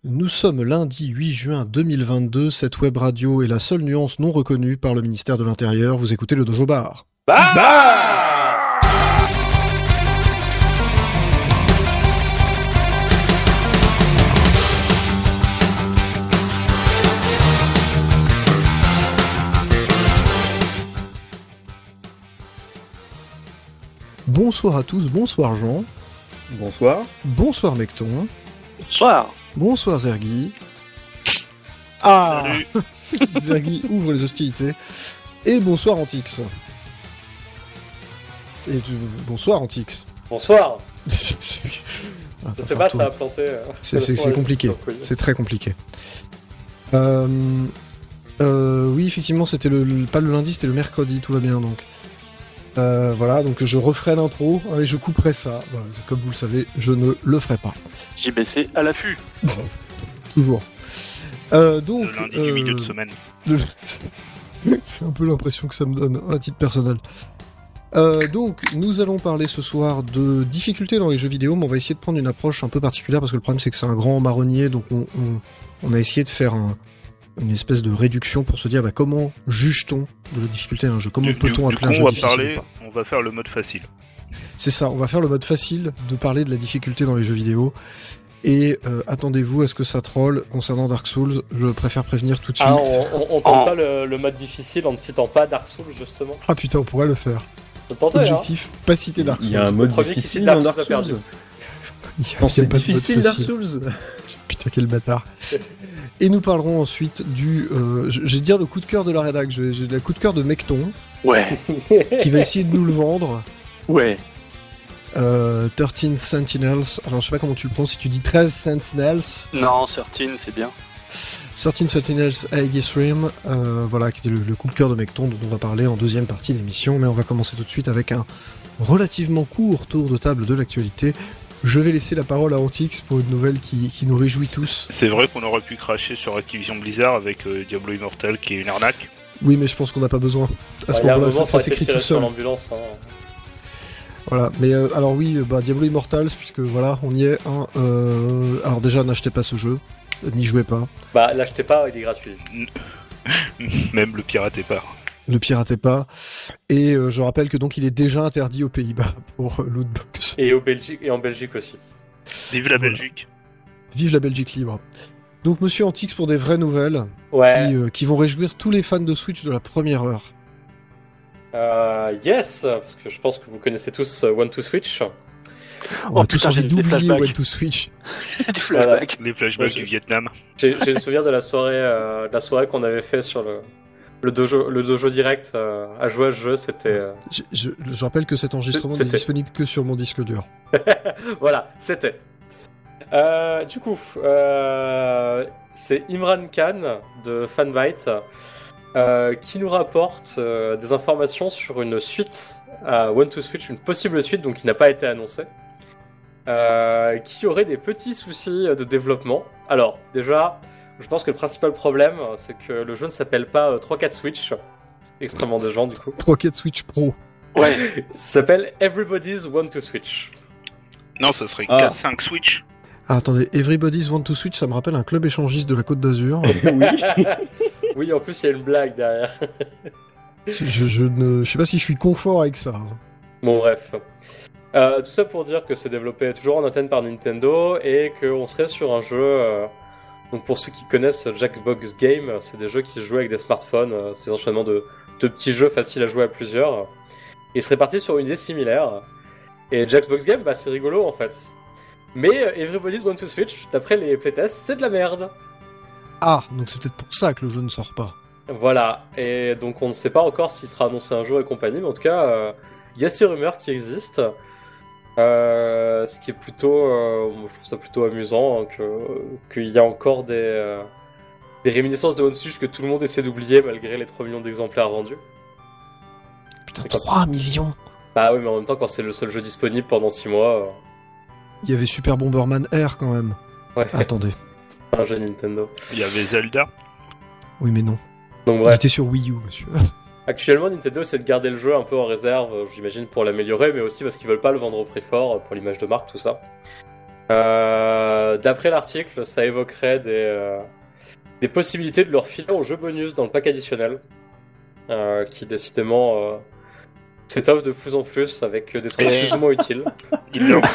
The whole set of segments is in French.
Nous sommes lundi 8 juin 2022, cette web radio est la seule nuance non reconnue par le ministère de l'Intérieur. Vous écoutez le Dojo Bar. Bonsoir à tous, bonsoir Jean. Bonsoir. Bonsoir Mecton. Bonsoir. Bonsoir Zergi. Ah Salut. Zergi ouvre les hostilités. Et bonsoir Antix. Bonsoir Antix. Bonsoir. Je Je sais pas, ça a planté. C'est compliqué. C'est très compliqué. Oui, effectivement, c'était pas le lundi, c'était le mercredi, tout va bien donc. Voilà, donc je referai l'intro et je couperai ça. Voilà, comme vous le savez, je ne le ferai pas. JBC à l'affût. Toujours. Donc, Le lundi du milieu de semaine. C'est un peu l'impression que ça me donne à titre personnel. Donc, nous allons parler ce soir de difficultés dans les jeux vidéo, mais on va essayer de prendre une approche un peu particulière parce que le problème c'est que c'est un grand marronnier, donc on a essayé de faire une espèce de réduction pour se dire comment juge-t-on de la difficulté d'un jeu, comment peut-on appeler un jeu difficile. On va faire le mode facile. C'est ça, on va faire le mode facile de parler de la difficulté dans les jeux vidéo. Et attendez-vous à ce que ça troll concernant Dark Souls, je préfère prévenir tout de suite. On tente pas le mode difficile en ne citant pas Dark Souls justement. Ah putain, on pourrait le faire. Objectif, pas citer Dark Souls. Il y a un mode difficile dans Dark Souls. C'est difficile Dark Souls. Putain, quel bâtard. Et nous parlerons ensuite du... je vais dire le coup de cœur de la rédac, j'ai le coup de cœur de Mecton. Ouais. Qui va essayer de nous le vendre. Ouais. 13 Sentinels, alors je sais pas comment tu le prononces, si tu dis 13 Sentinels. Non, 13 c'est bien. 13 Sentinels Aegis Rim, voilà, qui était le coup de cœur de Mecton dont on va parler en deuxième partie d'émission, mais on va commencer tout de suite avec un relativement court tour de table de l'actualité. Je vais laisser la parole à Antix pour une nouvelle qui nous réjouit tous. C'est vrai qu'on aurait pu cracher sur Activision Blizzard avec Diablo Immortal qui est une arnaque. Oui, mais je pense qu'on n'a pas besoin. À ce moment-là, ça s'écrit tout seul. Voilà, mais alors oui, Diablo Immortals, puisque voilà, on y est. Alors déjà, n'achetez pas ce jeu, n'y jouez pas. L'achetez pas, il est gratuit. Même le piratez pas. Ne piratez pas. Et je rappelle que donc il est déjà interdit aux Pays-Bas pour Lootbox. Et en Belgique aussi. Vive la Belgique. Vive la Belgique libre. Donc Monsieur Antix pour des vraies nouvelles qui vont réjouir tous les fans de Switch de la première heure. Yes, parce que je pense que vous connaissez tous One to Switch. On a tous envie d'oublier One to Switch. Des flashbacks. Les flashbacks du Vietnam. J'ai le souvenir de la soirée qu'on avait fait sur le dojo direct à jouer à ce jeu, c'était... Je rappelle que cet enregistrement n'est disponible que sur mon disque dur. Voilà, c'était. Du coup, c'est Imran Khan de Fanbyte qui nous rapporte des informations sur une suite à One to Switch, une possible suite donc qui n'a pas été annoncée, qui aurait des petits soucis de développement. Alors, déjà... Je pense que le principal problème, c'est que le jeu ne s'appelle pas 3-4 Switch. C'est extrêmement décevant, du coup. 3-4 Switch Pro. Ouais. Ça s'appelle Everybody's Want to Switch. Non, ça serait 4-5 Switch. Ah, attendez, Everybody's Want to Switch, ça me rappelle un club échangiste de la Côte d'Azur. Oui. Oui, en plus, il y a une blague derrière. Je sais pas si je suis confort avec ça. Bon, bref. Tout ça pour dire que c'est développé toujours en antenne par Nintendo et qu'on serait sur un jeu... Donc pour ceux qui connaissent Jackbox Game, c'est des jeux qui se jouent avec des smartphones, c'est enchaînement de petits jeux faciles à jouer à plusieurs. Et il serait parti sur une idée similaire. Et Jackbox Game, c'est rigolo en fait. Mais Everybody's Want to Switch, d'après les playtests, c'est de la merde. Ah, donc c'est peut-être pour ça que le jeu ne sort pas. Voilà, et donc on ne sait pas encore s'il sera annoncé un jour et compagnie, mais en tout cas, il y a ces rumeurs qui existent. Ce qui est plutôt, je trouve ça plutôt amusant qu'il y a encore des réminiscences de One Switch que tout le monde essaie d'oublier malgré les 3 millions d'exemplaires vendus. Putain, 3 millions. Bah oui, mais en même temps, quand c'est le seul jeu disponible pendant 6 mois... Il y avait Super Bomberman Air quand même. Ouais. Attendez. Un jeu Nintendo. Il y avait Zelda. Oui, mais non. Donc, il était sur Wii U, monsieur. Actuellement, Nintendo essaie de garder le jeu un peu en réserve, j'imagine, pour l'améliorer, mais aussi parce qu'ils veulent pas le vendre au prix fort, pour l'image de marque, tout ça. D'après l'article, ça évoquerait des possibilités de leur filer au jeu bonus dans le pack additionnel, qui décidément s'étoffe de plus en plus avec des trucs plus ou moins utiles. Il leur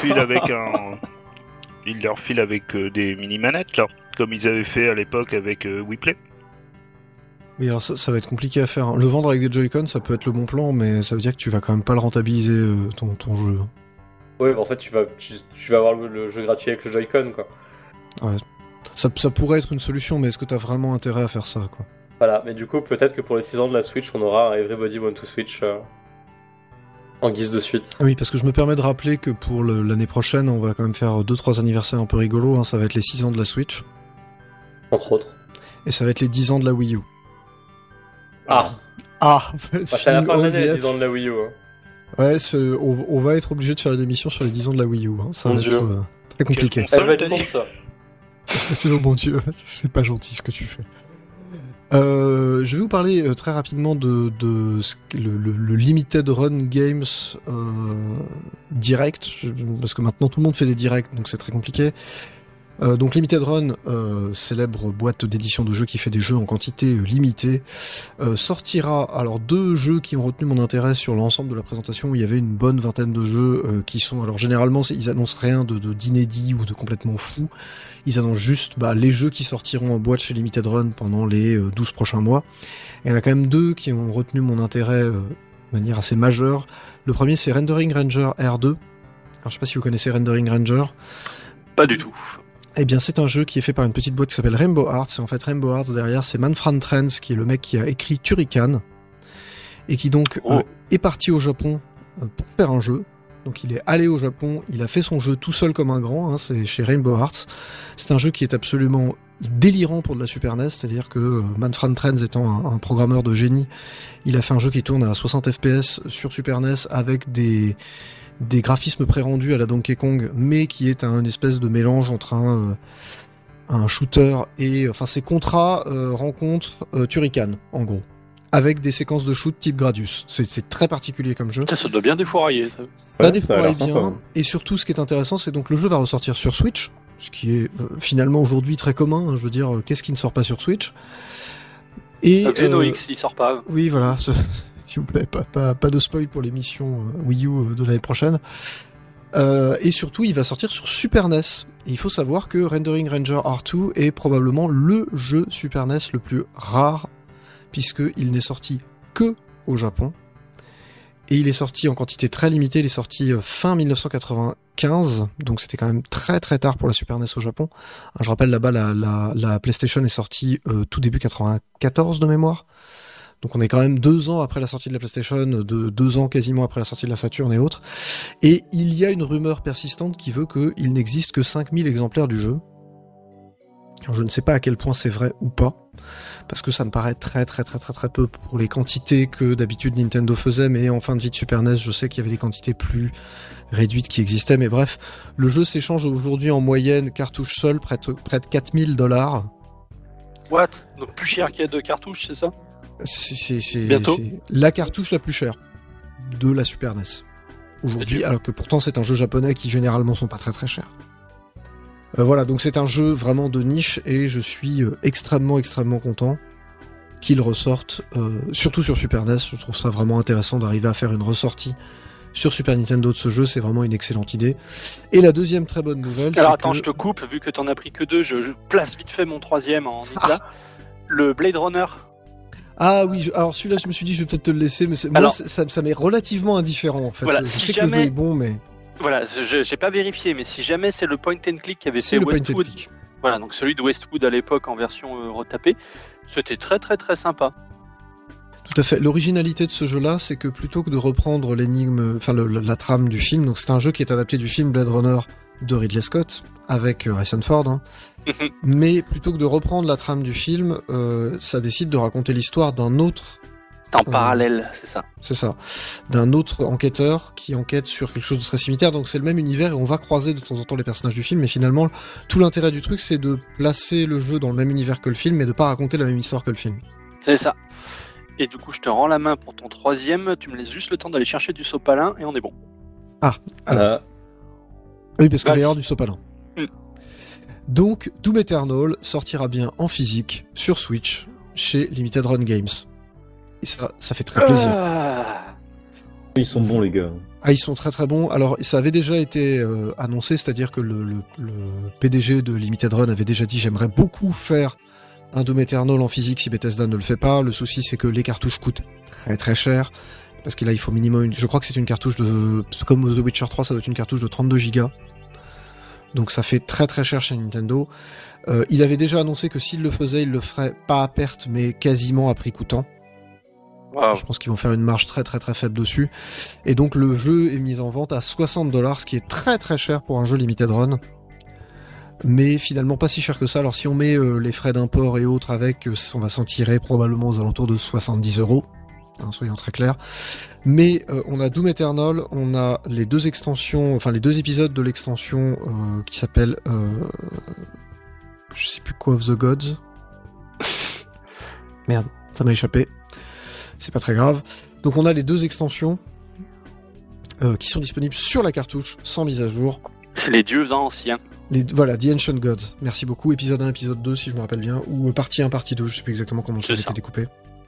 file avec des mini-manettes, là, comme ils avaient fait à l'époque avec WePlay. Oui, alors ça va être compliqué à faire. Le vendre avec des Joy-Con, ça peut être le bon plan, mais ça veut dire que tu vas quand même pas le rentabiliser, ton jeu. Oui, mais en fait, tu vas avoir le jeu gratuit avec le Joy-Con, quoi. Ouais. Ça pourrait être une solution, mais est-ce que t'as vraiment intérêt à faire ça, quoi? Voilà, mais du coup, peut-être que pour les 6 ans de la Switch, on aura un Everybody Want to Switch en guise de suite. Oui, parce que je me permets de rappeler que pour l'année prochaine, on va quand même faire 2-3 anniversaires un peu rigolos, hein. Ça va être les 6 ans de la Switch. Entre autres. Et ça va être les 10 ans de la Wii U. Ah, c'est à la fin de l'année, les 10 ans de la Wii U. Ouais, on va être obligé de faire une émission sur les 10 ans de la Wii U. Hein. Ça va être très compliqué. Elle va être courte, ça. C'est le bon Dieu, c'est pas gentil ce que tu fais. Je vais vous parler très rapidement de le Limited Run Games direct, parce que maintenant tout le monde fait des directs, donc c'est très compliqué. Donc Limited Run, célèbre boîte d'édition de jeux qui fait des jeux en quantité limitée, sortira alors 2 jeux qui ont retenu mon intérêt sur l'ensemble de la présentation, où il y avait une bonne vingtaine de jeux qui sont, alors généralement ils annoncent rien d'inédit ou de complètement fou, ils annoncent juste les jeux qui sortiront en boîte chez Limited Run pendant les 12 prochains mois. Et il y en a quand même 2 qui ont retenu mon intérêt de manière assez majeure. Le premier c'est Rendering Ranger R2, alors je sais pas si vous connaissez Rendering Ranger. Pas du tout. Eh bien, c'est un jeu qui est fait par une petite boîte qui s'appelle Rainbow Arts. Et en fait, Rainbow Arts, derrière, c'est Manfred Trenz, qui est le mec qui a écrit Turrican. Et qui donc est parti au Japon pour faire un jeu. Donc, il est allé au Japon, il a fait son jeu tout seul comme un grand. Hein, c'est chez Rainbow Arts. C'est un jeu qui est absolument délirant pour de la Super NES. C'est-à-dire que Manfred Trenz étant un programmeur de génie, il a fait un jeu qui tourne à 60 FPS sur Super NES avec des graphismes pré-rendus à la Donkey Kong, mais qui est un espèce de mélange entre un shooter et... Enfin, c'est Contra rencontre Turrican, en gros. Avec des séquences de shoot type Gradius. C'est très particulier comme jeu. Ça doit bien défourailler, ça. Ça défouraille bien. Et surtout, ce qui est intéressant, c'est donc le jeu va ressortir sur Switch, ce qui est finalement aujourd'hui très commun. Hein, je veux dire, qu'est-ce qui ne sort pas sur Switch? Et Xenox, il sort pas. Oui, voilà. S'il vous plaît, pas de spoil pour l'émission Wii U de l'année prochaine. Et surtout, il va sortir sur Super NES. Et il faut savoir que Rendering Ranger R2 est probablement le jeu Super NES le plus rare, puisqu'il n'est sorti que au Japon. Et il est sorti en quantité très limitée, il est sorti fin 1995, donc c'était quand même très très tard pour la Super NES au Japon. Je rappelle, là-bas, la PlayStation est sortie tout début 94 de mémoire. Donc on est quand même 2 ans après la sortie de la PlayStation, 2 ans quasiment après la sortie de la Saturn et autres. Et il y a une rumeur persistante qui veut qu'il n'existe que 5000 exemplaires du jeu. Alors je ne sais pas à quel point c'est vrai ou pas, parce que ça me paraît très très très très très peu pour les quantités que d'habitude Nintendo faisait, mais en fin de vie de Super NES, je sais qu'il y avait des quantités plus réduites qui existaient, mais bref, le jeu s'échange aujourd'hui en moyenne, cartouche seule, près de $4000. What? Donc plus cher qu'il y a de cartouches, c'est ça? C'est bientôt la cartouche la plus chère de la Super NES aujourd'hui, alors que pourtant c'est un jeu japonais qui généralement sont pas très très chers. Voilà, donc c'est un jeu vraiment de niche et je suis extrêmement content qu'il ressorte, surtout sur Super NES. Je trouve ça vraiment intéressant d'arriver à faire une ressortie sur Super Nintendo de ce jeu, c'est vraiment une excellente idée. Et la deuxième très bonne nouvelle, alors attends, je te coupe, vu que t'en as pris que 2, je place vite fait mon troisième en éclat. Le Blade Runner. Ah oui, alors celui-là je me suis dit je vais peut-être te le laisser, mais moi ça m'est relativement indifférent en fait. Voilà, je si sais jamais... que le jeu est bon, mais... Voilà, j'ai pas vérifié, mais si jamais c'est le point and click qui avait fait Westwood, voilà, donc celui de Westwood à l'époque en version retapée, c'était très très très sympa. Tout à fait. L'originalité de ce jeu-là, c'est que plutôt que de reprendre l'énigme, enfin la trame du film, donc c'est un jeu qui est adapté du film Blade Runner de Ridley Scott avec Harrison Ford, hein. Mais plutôt que de reprendre la trame du film, ça décide de raconter l'histoire d'un autre. C'est en parallèle, c'est ça. C'est ça. D'un autre enquêteur qui enquête sur quelque chose de très similaire. Donc c'est le même univers et on va croiser de temps en temps les personnages du film. Mais finalement, tout l'intérêt du truc, c'est de placer le jeu dans le même univers que le film, mais de pas raconter la même histoire que le film. C'est ça. Et du coup, je te rends la main pour ton troisième. Tu me laisses juste le temps d'aller chercher du sopalin et on est bon. Ah, alors. Oui, parce qu'il va y avoir du sopalin. Donc, Doom Eternal sortira bien en physique sur Switch chez Limited Run Games. Et ça fait très plaisir. Ils sont bons, les gars. Ah, ils sont très très bons. Alors, ça avait déjà été annoncé, c'est-à-dire que le PDG de Limited Run avait déjà dit « J'aimerais beaucoup faire un Doom Eternal en physique si Bethesda ne le fait pas. Le souci, c'est que les cartouches coûtent très très cher. Parce que là, il faut minimum je crois que c'est une cartouche comme The Witcher 3, ça doit être une cartouche de 32 Go. Donc ça fait très très cher chez Nintendo. Il avait déjà annoncé que s'il le faisait, il le ferait pas à perte, mais quasiment à prix coûtant. Wow. Je pense qu'ils vont faire une marge très très très faible dessus. Et donc le jeu est mis en vente à $60, ce qui est très très cher pour un jeu Limited Run. Mais finalement pas si cher que ça. Alors si on met les frais d'import et autres avec, on va s'en tirer probablement aux alentours de 70 €. Hein, soyons très clairs. Mais on a Doom Eternal, on a les deux extensions, enfin les 2 épisodes de l'extension qui s'appelle je sais plus quoi of the Gods. Merde, ça m'a échappé. C'est pas très grave. Donc on a les 2 extensions qui sont disponibles sur la cartouche sans mise à jour. C'est les dieux anciens. Voilà, The Ancient Gods. Merci beaucoup. Épisode 1, épisode 2, si je me rappelle bien. Ou partie 1, partie 2, je sais plus exactement comment ça a été découpé.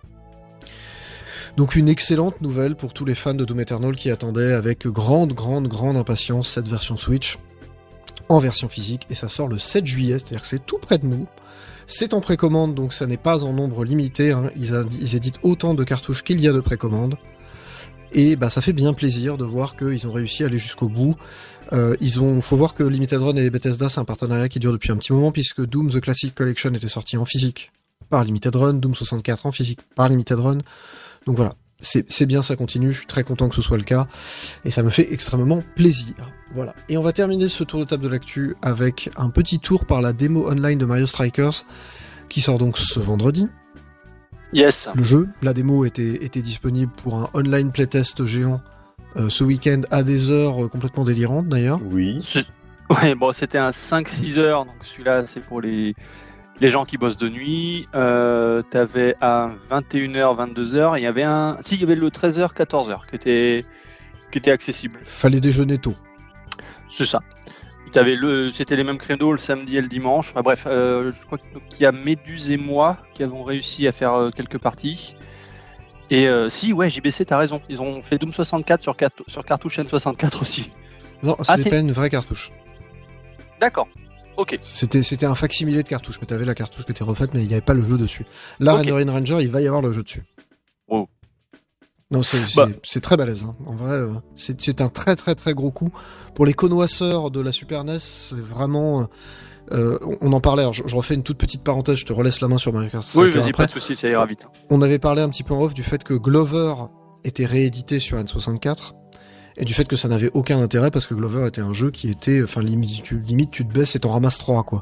Donc une excellente nouvelle pour tous les fans de Doom Eternal qui attendaient avec grande impatience cette version Switch en version physique. Et ça sort le 7 juillet, c'est-à-dire que c'est tout près de nous. C'est en précommande, donc ça n'est pas en nombre limité. Hein. Ils éditent autant de cartouches qu'il y a de précommandes. Et bah, ça fait bien plaisir de voir qu'ils ont réussi à aller jusqu'au bout. Faut voir que Limited Run et Bethesda, c'est un partenariat qui dure depuis un petit moment, puisque Doom The Classic Collection était sorti en physique par Limited Run, Doom 64 en physique par Limited Run. Donc voilà, c'est bien, ça continue, je suis très content que ce soit le cas, et ça me fait extrêmement plaisir. Voilà. Et on va terminer ce tour de table de l'actu avec un petit tour par la démo online de Mario Strikers, qui sort donc ce vendredi. Yes. Le jeu, la démo était disponible pour un online playtest géant ce week-end à des heures complètement délirantes d'ailleurs. Oui. Ouais, bon, c'était un 5-6 heures, donc celui-là c'est pour les gens qui bossent de nuit. T'avais à 21h, 22h, il y avait le 13h, 14h qui était accessible. Fallait déjeuner tôt. C'est ça. C'était les mêmes créneaux le samedi et le dimanche. Enfin bref, je crois qu'il y a Méduse et moi qui avons réussi à faire quelques parties. Et JBC, t'as raison. Ils ont fait Doom 64 sur cartouche N64 aussi. Non, c'est pas une vraie cartouche. D'accord. Ok. C'était un facsimilé de cartouche, mais t'avais la cartouche qui était refaite, mais il n'y avait pas le jeu dessus. Là, Rendering Ranger, il va y avoir le jeu dessus. Wow. Non, c'est très balèze. Hein. En vrai, c'est un très très très gros coup. Pour les connoisseurs de la Super NES, c'est vraiment... on en parlait, alors je refais une toute petite parenthèse, je te relaisse la main sur Mario Kart. Oui, vas-y, pas de soucis, ça ira vite. On avait parlé un petit peu en off du fait que Glover était réédité sur N64, et du fait que ça n'avait aucun intérêt, parce que Glover était un jeu qui était... Enfin, limite tu te baisses et t'en ramasses 3, quoi.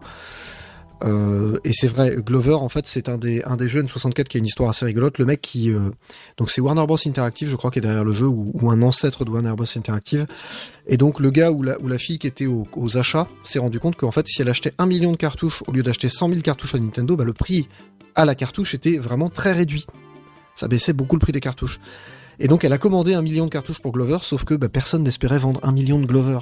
Et c'est vrai, Glover, en fait, c'est un des jeux N64 qui a une histoire assez rigolote. Le mec qui... donc c'est Warner Bros Interactive, je crois, qui est derrière le jeu, ou un ancêtre de Warner Bros Interactive. Et donc le gars ou la fille qui était aux achats s'est rendu compte qu'en fait, si elle achetait 1 million de cartouches, au lieu d'acheter 100 000 cartouches à Nintendo, bah, le prix à la cartouche était vraiment très réduit. Ça baissait beaucoup le prix des cartouches. Et donc elle a commandé 1 million de cartouches pour Glover, sauf que personne n'espérait vendre 1 million de Glover.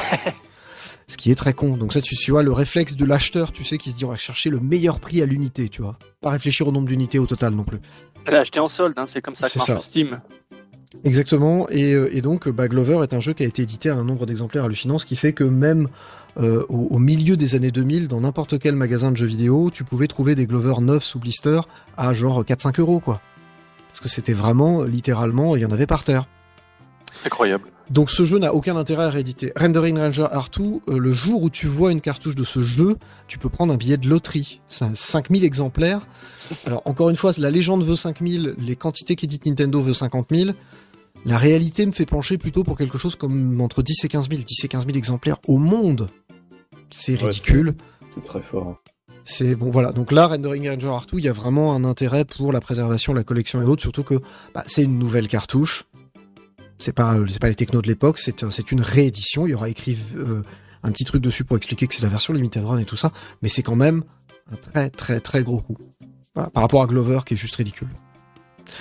Ce qui est très con. Donc ça, tu vois, le réflexe de l'acheteur, tu sais, qui se dit on va chercher le meilleur prix à l'unité, tu vois. Pas réfléchir au nombre d'unités au total non plus. Elle a acheté en solde, hein, c'est comme ça que marche Steam. Exactement, et donc Glover est un jeu qui a été édité à un nombre d'exemplaires hallucinant, ce qui fait que même au milieu des années 2000, dans n'importe quel magasin de jeux vidéo, tu pouvais trouver des Glover neufs sous blister à genre 4-5 €, quoi. Parce que c'était vraiment, littéralement, il y en avait par terre. Incroyable. Donc ce jeu n'a aucun intérêt à rééditer. Rendering Ranger R2, le jour où tu vois une cartouche de ce jeu, tu peux prendre un billet de loterie. C'est 5000 exemplaires. Alors encore une fois, la légende veut 5000, les quantités qu'édite Nintendo veut 50 000. La réalité me fait pencher plutôt pour quelque chose comme entre 10 et 15 000. 10 et 15 000 exemplaires au monde. C'est ridicule. C'est très fort. C'est bon, voilà. Donc là, Rendering Ranger R2, il y a vraiment un intérêt pour la préservation, la collection et autres, surtout que c'est une nouvelle cartouche. C'est pas les technos de l'époque, c'est une réédition. Il y aura écrit un petit truc dessus pour expliquer que c'est la version Limited Run et tout ça, mais c'est quand même un très très très gros coup. Voilà, par rapport à Glover qui est juste ridicule.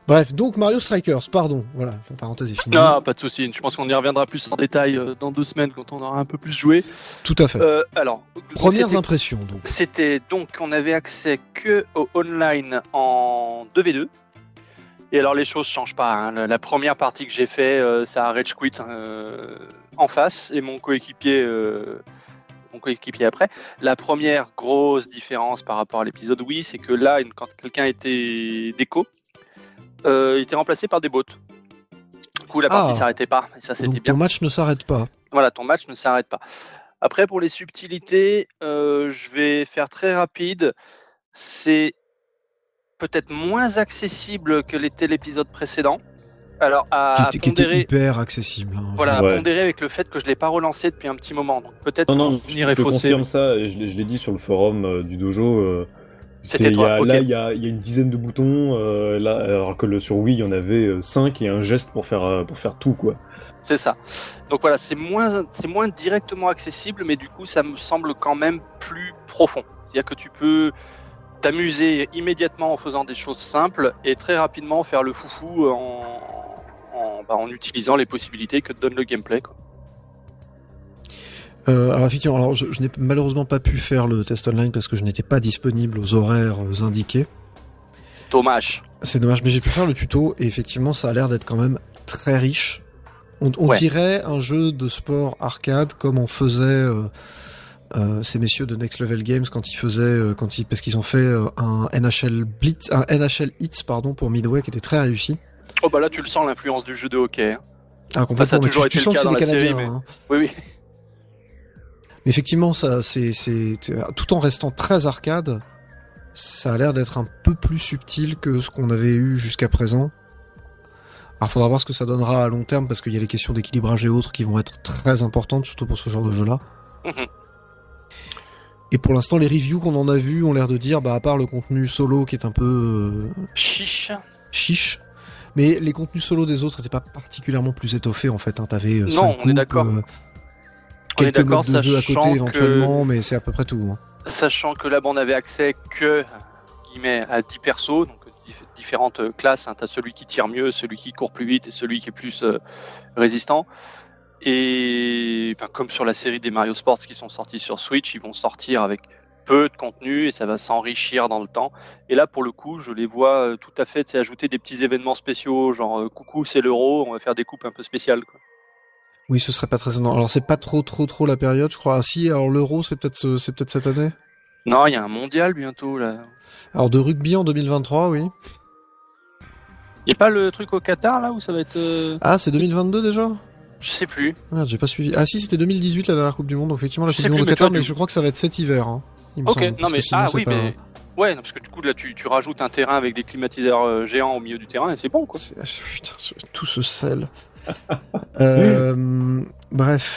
Bref, donc Mario Strikers, pardon. Voilà, la parenthèse est finie. Non, pas de souci. Je pense qu'on y reviendra plus en détail dans 2 semaines quand on aura un peu plus joué. Tout à fait. Alors, premières impressions, donc. C'était donc, on avait accès que au online en 2v2. Et alors, les choses changent pas. Hein. La première partie que j'ai fait, ça a rage quit en face et mon coéquipier après. La première grosse différence par rapport à l'épisode Wii, c'est que là, quand quelqu'un était déco, il était remplacé par des bots. Du coup, la partie s'arrêtait pas. Et ça, c'était donc bien. Ton match ne s'arrête pas. Voilà, ton match ne s'arrête pas. Après, pour les subtilités, je vais faire très rapide. C'est peut-être moins accessible que l'était l'épisode précédent. Alors, qui était hyper accessible. Hein, voilà, à pondérer avec le fait que je ne l'ai pas relancé depuis un petit moment. Donc peut-être non, je confirme ça, et je l'ai dit sur le forum du dojo. C'était toi, Là, il y a une dizaine de boutons, là, alors que sur Wii, il y en avait 5 et un geste pour faire tout, quoi. C'est ça. Donc voilà, c'est moins directement accessible, mais du coup, ça me semble quand même plus profond. C'est-à-dire que tu peux t'amuser immédiatement en faisant des choses simples et très rapidement faire le foufou en utilisant les possibilités que te donne le gameplay, quoi. Alors effectivement, je n'ai malheureusement pas pu faire le test online parce que je n'étais pas disponible aux horaires indiqués. C'est dommage. C'est dommage, mais j'ai pu faire le tuto et effectivement ça a l'air d'être quand même très riche. On dirait un jeu de sport arcade comme on faisait ces messieurs de Next Level Games quand ils faisaient parce qu'ils ont fait un NHL Hits pour Midway qui était très réussi. Oh bah là tu le sens l'influence du jeu de hockey. Hein. Ah complètement. Ça a toujours été tu sens que c'est des Canadiens. Série, mais... hein. Oui. Mais effectivement, ça, c'est tout en restant très arcade, ça a l'air d'être un peu plus subtil que ce qu'on avait eu jusqu'à présent. Alors, faudra voir ce que ça donnera à long terme parce qu'il y a les questions d'équilibrage et autres qui vont être très importantes, surtout pour ce genre de jeu-là. Mm-hmm. Et pour l'instant, les reviews qu'on en a vues ont l'air de dire, à part le contenu solo qui est un peu chiche. Mais les contenus solo des autres n'étaient pas particulièrement plus étoffés en fait. Hein. T'avais non, on est d'accord. Quelques modes de jeu à côté éventuellement, mais c'est à peu près tout. Hein. Sachant que là, on n'avait accès que à 10 persos, donc différentes classes. Hein. Tu as celui qui tire mieux, celui qui court plus vite et celui qui est plus résistant. Et comme sur la série des Mario Sports qui sont sortis sur Switch, ils vont sortir avec peu de contenu et ça va s'enrichir dans le temps. Et là, pour le coup, je les vois tout à fait ajouter des petits événements spéciaux, genre coucou, c'est l'euro, on va faire des coupes un peu spéciales, quoi. Oui, ce serait pas très énorme. Alors c'est pas trop la période, je crois. Ah si, alors l'Euro, c'est peut-être cette année. Non, il y a un mondial bientôt là. Alors de rugby en 2023, oui. Y a pas le truc au Qatar là où ça va être Ah, c'est 2022 déjà. Je sais plus. Merde, j'ai pas suivi. Ah si, c'était 2018 la dernière Coupe du Monde. Donc effectivement la Coupe du Monde au Qatar, mais je crois que ça va être cet hiver. Hein, il me semble, non mais oui, pas... mais ouais, non, parce que du coup là tu rajoutes un terrain avec des climatiseurs géants au milieu du terrain et c'est bon quoi. Putain, tout ce sel. Bref,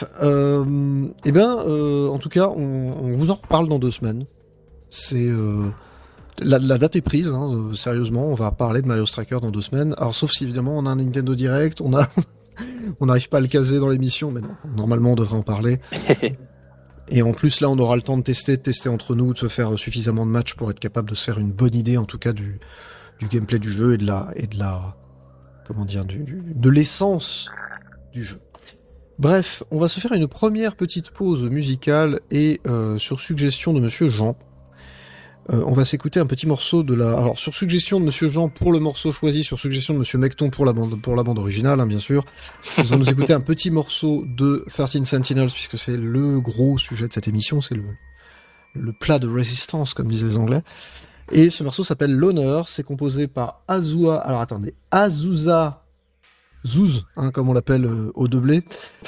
en tout cas, on vous en reparle dans 2 semaines. C'est la date est prise, hein, sérieusement. On va parler de Mario Strikers dans 2 semaines. Alors, sauf si évidemment on a un Nintendo Direct, on n'arrive pas à le caser dans l'émission, mais non, normalement on devrait en parler. Et en plus, là, on aura le temps de tester entre nous, de se faire suffisamment de matchs pour être capable de se faire une bonne idée, en tout cas, du gameplay du jeu et de la comment dire, de l'essence du jeu. Bref, on va se faire une première petite pause musicale et sur suggestion de Monsieur Jean, on va s'écouter un petit morceau alors sur suggestion de Monsieur Jean pour le morceau choisi, sur suggestion de Monsieur Mecton pour la bande originale, hein, bien sûr. Nous allons nous écouter un petit morceau de 13 Sentinels puisque c'est le gros sujet de cette émission, c'est le plat de résistance comme disaient les Anglais. Et ce morceau s'appelle L'Honneur, c'est composé par Azusa Zouz, hein, comme on l'appelle au doublé,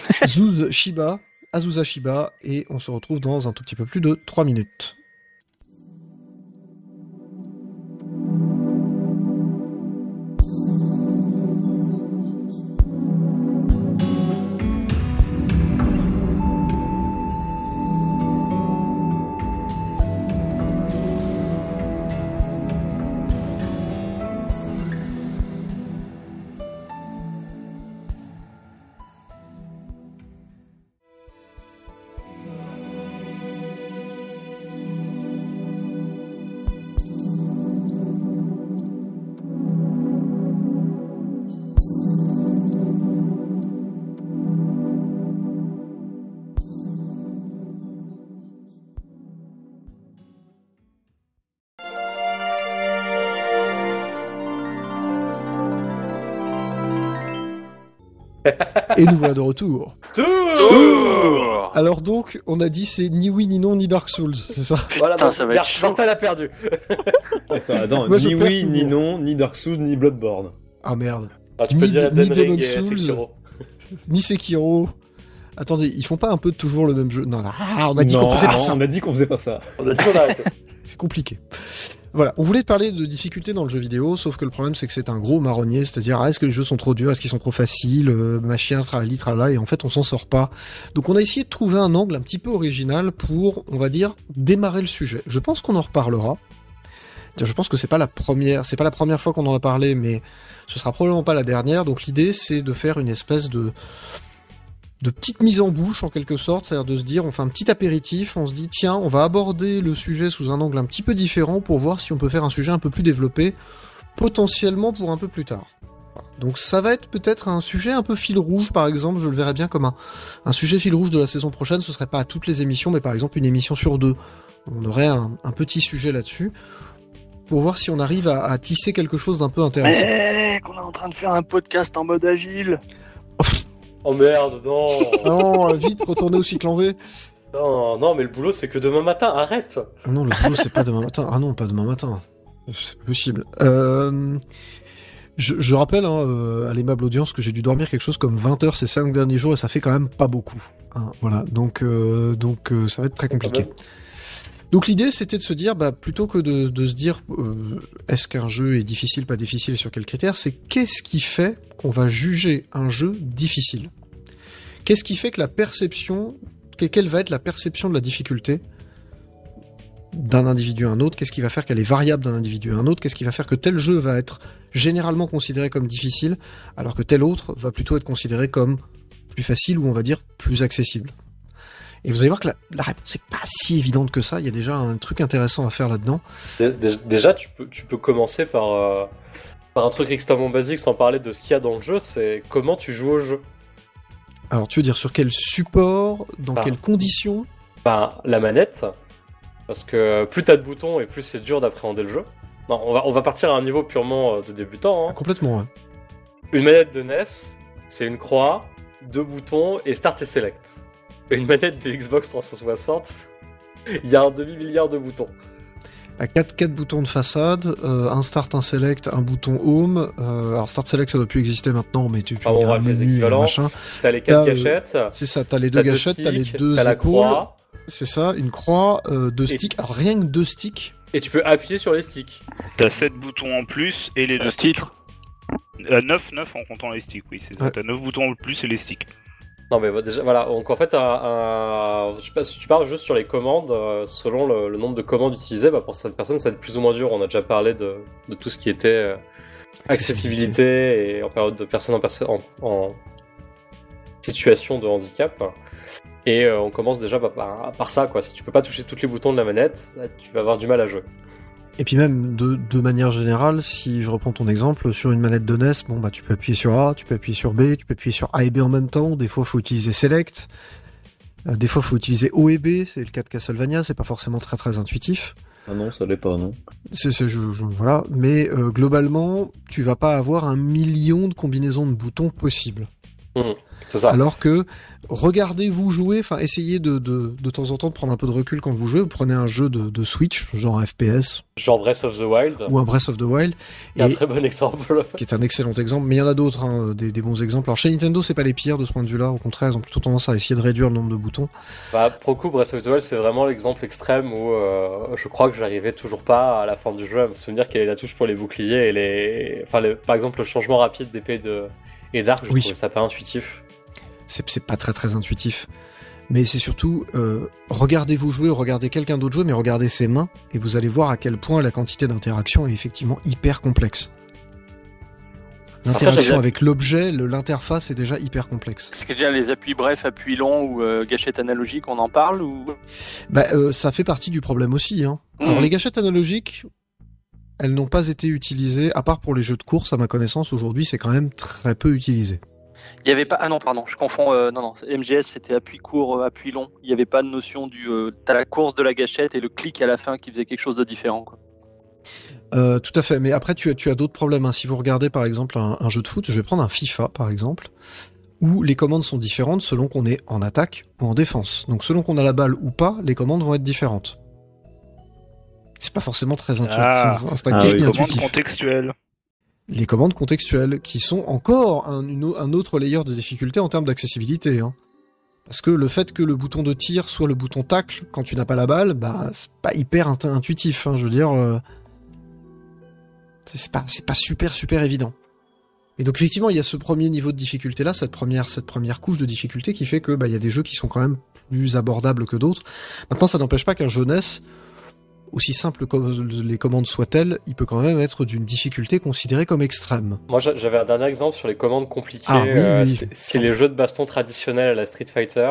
Azusa Shiba, et on se retrouve dans un tout petit peu plus de 3 minutes. Et nous voilà de retour. Tour. Alors donc, on a dit c'est ni oui ni non ni Dark Souls, c'est ça? Voilà, Putain, donc, ça va être chaud. Mortal a perdu. Non, Moi, je ni perds oui, tout, ni moi. non, ni Dark Souls, ni Bloodborne. Ah merde. Ah, tu peux Ni dire ni Elden Ring Demon's et Souls. Sekiro. Ni Sekiro. Attendez, ils font pas un peu toujours le même jeu? Non, là, on a dit qu'on faisait pas ça. On a dit qu'on faisait pas ça. On a dit qu'on arrêtait. C'est compliqué. Voilà, on voulait parler de difficultés dans le jeu vidéo, sauf que le problème c'est que c'est un gros marronnier, c'est-à-dire est-ce que les jeux sont trop durs, est-ce qu'ils sont trop faciles, machin, tralali, tralala, et en fait on s'en sort pas. Donc on a essayé de trouver un angle un petit peu original pour, on va dire, démarrer le sujet. Je pense qu'on en reparlera. Je pense que c'est pas la première fois qu'on en a parlé, mais ce sera probablement pas la dernière. Donc l'idée c'est de faire une espèce de petite mise en bouche en quelque sorte, c'est-à-dire de se dire, on fait un petit apéritif, on se dit tiens, on va aborder le sujet sous un angle un petit peu différent pour voir si on peut faire un sujet un peu plus développé, potentiellement pour un peu plus tard. Voilà. Donc ça va être peut-être un sujet un peu fil rouge, par exemple, je le verrais bien comme un sujet fil rouge de la saison prochaine, ce serait pas à toutes les émissions, mais par exemple une émission sur 2. On aurait un petit sujet là-dessus, pour voir si on arrive à tisser quelque chose d'un peu intéressant. Mec, on est en train de faire un podcast en mode agile. Oh merde, non. Non, vite, retournez au cycle en V. Non, mais le boulot c'est que demain matin, arrête. Ah non, le boulot, c'est pas demain matin. Ah non, pas demain matin. C'est possible. Je rappelle à l'aimable audience que j'ai dû dormir quelque chose comme 20 heures ces 5 derniers jours et ça fait quand même pas beaucoup. Hein, voilà, donc ça va être très compliqué. Donc l'idée c'était de se dire, plutôt que de se dire est-ce qu'un jeu est difficile, pas difficile, sur quels critères, c'est qu'est-ce qui fait qu'on va juger un jeu difficile? Qu'est-ce qui fait que la perception, quelle va être la perception de la difficulté d'un individu à un autre? Qu'est-ce qui va faire qu'elle est variable d'un individu à un autre? Qu'est-ce qui va faire que tel jeu va être généralement considéré comme difficile, alors que tel autre va plutôt être considéré comme plus facile ou on va dire plus accessible? Et vous allez voir que la réponse n'est pas si évidente que ça, il y a déjà un truc intéressant à faire là-dedans. Déjà, tu peux commencer par un truc extrêmement basique sans parler de ce qu'il y a dans le jeu, c'est comment tu joues au jeu. Alors tu veux dire sur quel support, dans quelles conditions? La manette, parce que plus t'as de boutons et plus c'est dur d'appréhender le jeu. Non, on va partir à un niveau purement de débutant. Hein. Complètement, ouais. Une manette de NES, c'est une croix, 2 boutons et Start et Select. Une manette de Xbox 360, il y a un demi-milliard de boutons. 4 boutons de façade, un Start, un Select, un bouton Home. Alors Start Select ça doit plus exister maintenant, mais tu on va les équivalents. T'as les 4 gâchettes. C'est ça, t'as les 2 gâchettes, t'as les 2 t'as la épaules. Croix. C'est ça, une croix, 2 sticks. Alors rien que 2 sticks. Et tu peux appuyer sur les sticks. T'as 7 boutons en plus et les 2 titres. 9 en comptant les sticks, oui, c'est ça. Ouais. T'as 9 boutons en plus et les sticks. Non mais déjà voilà, donc en fait je sais pas si tu parles juste sur les commandes, selon le nombre de commandes utilisées, pour certaines personnes ça va être plus ou moins dur. On a déjà parlé de tout ce qui était accessibilité et en période de personnes en situation de handicap. Et on commence déjà par ça quoi. Si tu peux pas toucher tous les boutons de la manette, tu vas avoir du mal à jouer. Et puis même, de manière générale, si je reprends ton exemple, sur une manette de NES, tu peux appuyer sur A, tu peux appuyer sur B, tu peux appuyer sur A et B en même temps, des fois il faut utiliser Select, des fois il faut utiliser O et B, c'est le cas de Castlevania, c'est pas forcément très très intuitif. Ah non, ça l'est pas, non. Voilà, mais globalement, tu vas pas avoir 1 million de combinaisons de boutons possibles. C'est ça. Alors que regardez-vous jouer, essayez de temps en temps de prendre un peu de recul quand vous jouez. Vous prenez un jeu de Switch, genre un FPS, genre Breath of the Wild, ou un Breath of the Wild, qui est un très bon exemple, qui est un excellent exemple. Mais il y en a d'autres, des bons exemples. Alors chez Nintendo, c'est pas les pires de ce point de vue-là. Au contraire, ils ont plutôt tendance à essayer de réduire le nombre de boutons. Pour le coup, Breath of the Wild, c'est vraiment l'exemple extrême où je crois que j'arrivais toujours pas à la fin du jeu à me souvenir quelle est la touche pour les boucliers et par exemple le changement rapide d'épée et d'arc. Je trouvais ça pas intuitif. C'est pas très très intuitif. Mais c'est surtout, regardez-vous jouer, regardez quelqu'un d'autre jouer, mais regardez ses mains, et vous allez voir à quel point la quantité d'interaction est effectivement hyper complexe. L'interaction avec l'objet, l'interface est déjà hyper complexe. Est-ce que déjà les appuis brefs, appuis longs ou gâchettes analogiques, on en parle ou... Ça fait partie du problème aussi. Hein. Alors les gâchettes analogiques, elles n'ont pas été utilisées, à part pour les jeux de course, à ma connaissance, aujourd'hui, c'est quand même très peu utilisé. Il y avait pas... Ah non, pardon, je confonds. Non, MGS, c'était appui court, appui long. Il n'y avait pas de notion du... T'as la course de la gâchette et le clic à la fin qui faisait quelque chose de différent, quoi. Tout à fait, mais après tu as d'autres problèmes. Hein. Si vous regardez par exemple un jeu de foot, je vais prendre un FIFA par exemple. où les commandes sont différentes selon qu'on est en attaque ou en défense. Donc selon qu'on a la balle ou pas, les commandes vont être différentes. C'est pas forcément très instinctif ni Les commandes intuitif. contextuelles. Les commandes contextuelles, qui sont encore un autre layer de difficulté en termes d'accessibilité. Hein. Parce que le fait que le bouton de tir soit le bouton tacle quand tu n'as pas la balle, bah c'est pas hyper intuitif. Hein, je veux dire, c'est pas super évident. Et donc effectivement, il y a ce premier niveau de difficulté là, cette première couche de difficulté qui fait que bah il y a des jeux qui sont quand même plus abordables que d'autres. Maintenant, ça n'empêche pas qu'un jeu NES, aussi simple que les commandes soient-elles, il peut quand même être d'une difficulté considérée comme extrême. Moi, j'avais un dernier exemple sur les commandes compliquées. Ah, oui. C'est les jeux de baston traditionnels à la Street Fighter,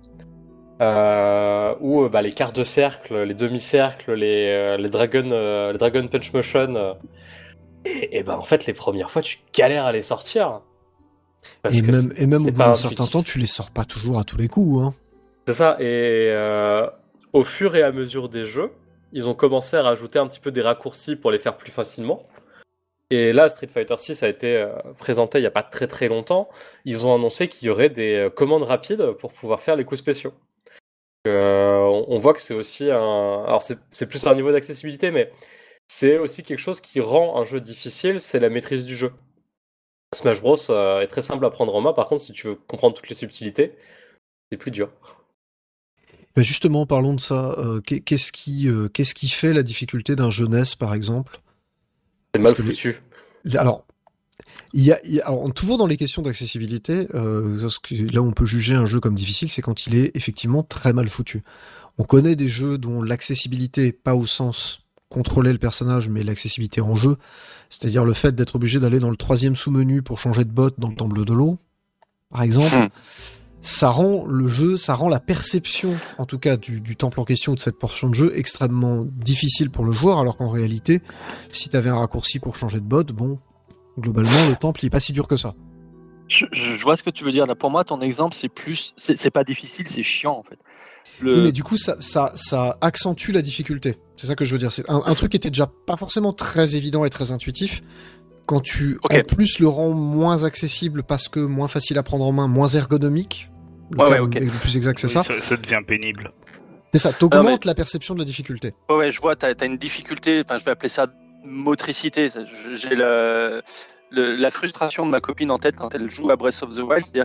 où bah, les quarts de cercle, les demi-cercles, les Dragon Punch Motion, et bah en fait, les premières fois, tu galères à les sortir. Parce Et que même au c'est bout pas d'un intuitif. certain temps, tu les sors pas toujours à tous les coups. Hein. C'est ça, et au fur et à mesure des jeux, ils ont commencé à rajouter un petit peu des raccourcis pour les faire plus facilement. Et là, Street Fighter 6 a été présenté il n'y a pas très longtemps. Ils ont annoncé qu'il y aurait des commandes rapides pour pouvoir faire les coups spéciaux. On voit que c'est aussi un... Alors c'est plus un niveau d'accessibilité, mais c'est aussi quelque chose qui rend un jeu difficile, c'est la maîtrise du jeu. Smash Bros est très simple à prendre en main, par contre si tu veux comprendre toutes les subtilités, c'est plus dur. Ben justement, parlons de ça. Qu'est-ce qui fait la difficulté d'un jeu NES, par exemple? C'est mal foutu. Alors, alors, toujours dans les questions d'accessibilité, là où on peut juger un jeu comme difficile, c'est quand il est effectivement très mal foutu. On connaît des jeux dont l'accessibilité, pas au sens contrôler le personnage, mais l'accessibilité en jeu, c'est-à-dire le fait d'être obligé d'aller dans le 3e sous-menu pour changer de bot dans le temple de l'eau, par exemple, ça rend le jeu, ça rend la perception, en tout cas du temple en question, de cette portion de jeu, extrêmement difficile pour le joueur, alors qu'en réalité, si t'avais un raccourci pour changer de bot, bon, globalement, le temple, il est pas si dur que ça. Je vois ce que tu veux dire. Là, pour moi, ton exemple, c'est pas difficile, c'est chiant en fait. Oui, mais du coup, ça accentue la difficulté. C'est ça que je veux dire. C'est un truc qui était déjà pas forcément très évident et très intuitif. Quand tu, en plus, le rends moins accessible parce que moins facile à prendre en main, moins ergonomique. Le plus exact, c'est ça. Ça devient pénible. C'est ça. T'augmentes la perception de la difficulté. Ouais, je vois. T'as une difficulté. Enfin, je vais appeler ça motricité. J'ai la frustration de ma copine en tête quand elle joue à Breath of the Wild, c'est-à-dire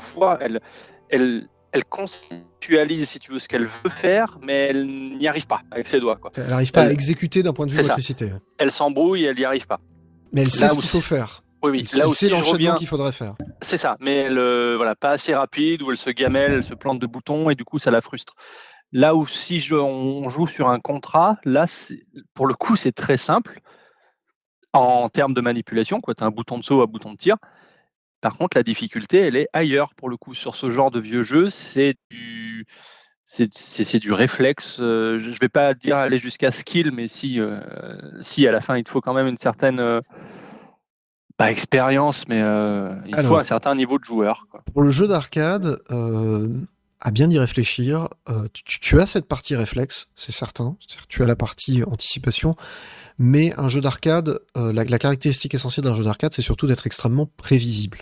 elle conceptualise, si tu veux, ce qu'elle veut faire, mais elle n'y arrive pas avec ses doigts, quoi. Elle n'arrive pas à exécuter d'un point de vue motricité. Elle s'embrouille, elle n'y arrive pas. Mais elle sait ce qu'il faut faire. Oui. Elle sait l'enchaînement qu'il faudrait faire. C'est ça, mais elle, pas assez rapide, ou elle se gamelle, elle se plante de boutons, et du coup, ça la frustre. Là où si on joue sur un contrat, là, pour le coup, c'est très simple. En termes de manipulation, tu as un bouton de saut, un bouton de tir. Par contre, la difficulté, elle est ailleurs pour le coup. Sur ce genre de vieux jeu, c'est du réflexe. Je ne vais pas dire aller jusqu'à skill, mais si à la fin, il te faut quand même une certaine pas expérience, mais il faut un certain niveau de joueur, quoi. Pour le jeu d'arcade, à bien y réfléchir, tu as cette partie réflexe, c'est certain. C'est-à-dire, tu as la partie anticipation. Mais un jeu d'arcade, la caractéristique essentielle d'un jeu d'arcade, c'est surtout d'être extrêmement prévisible.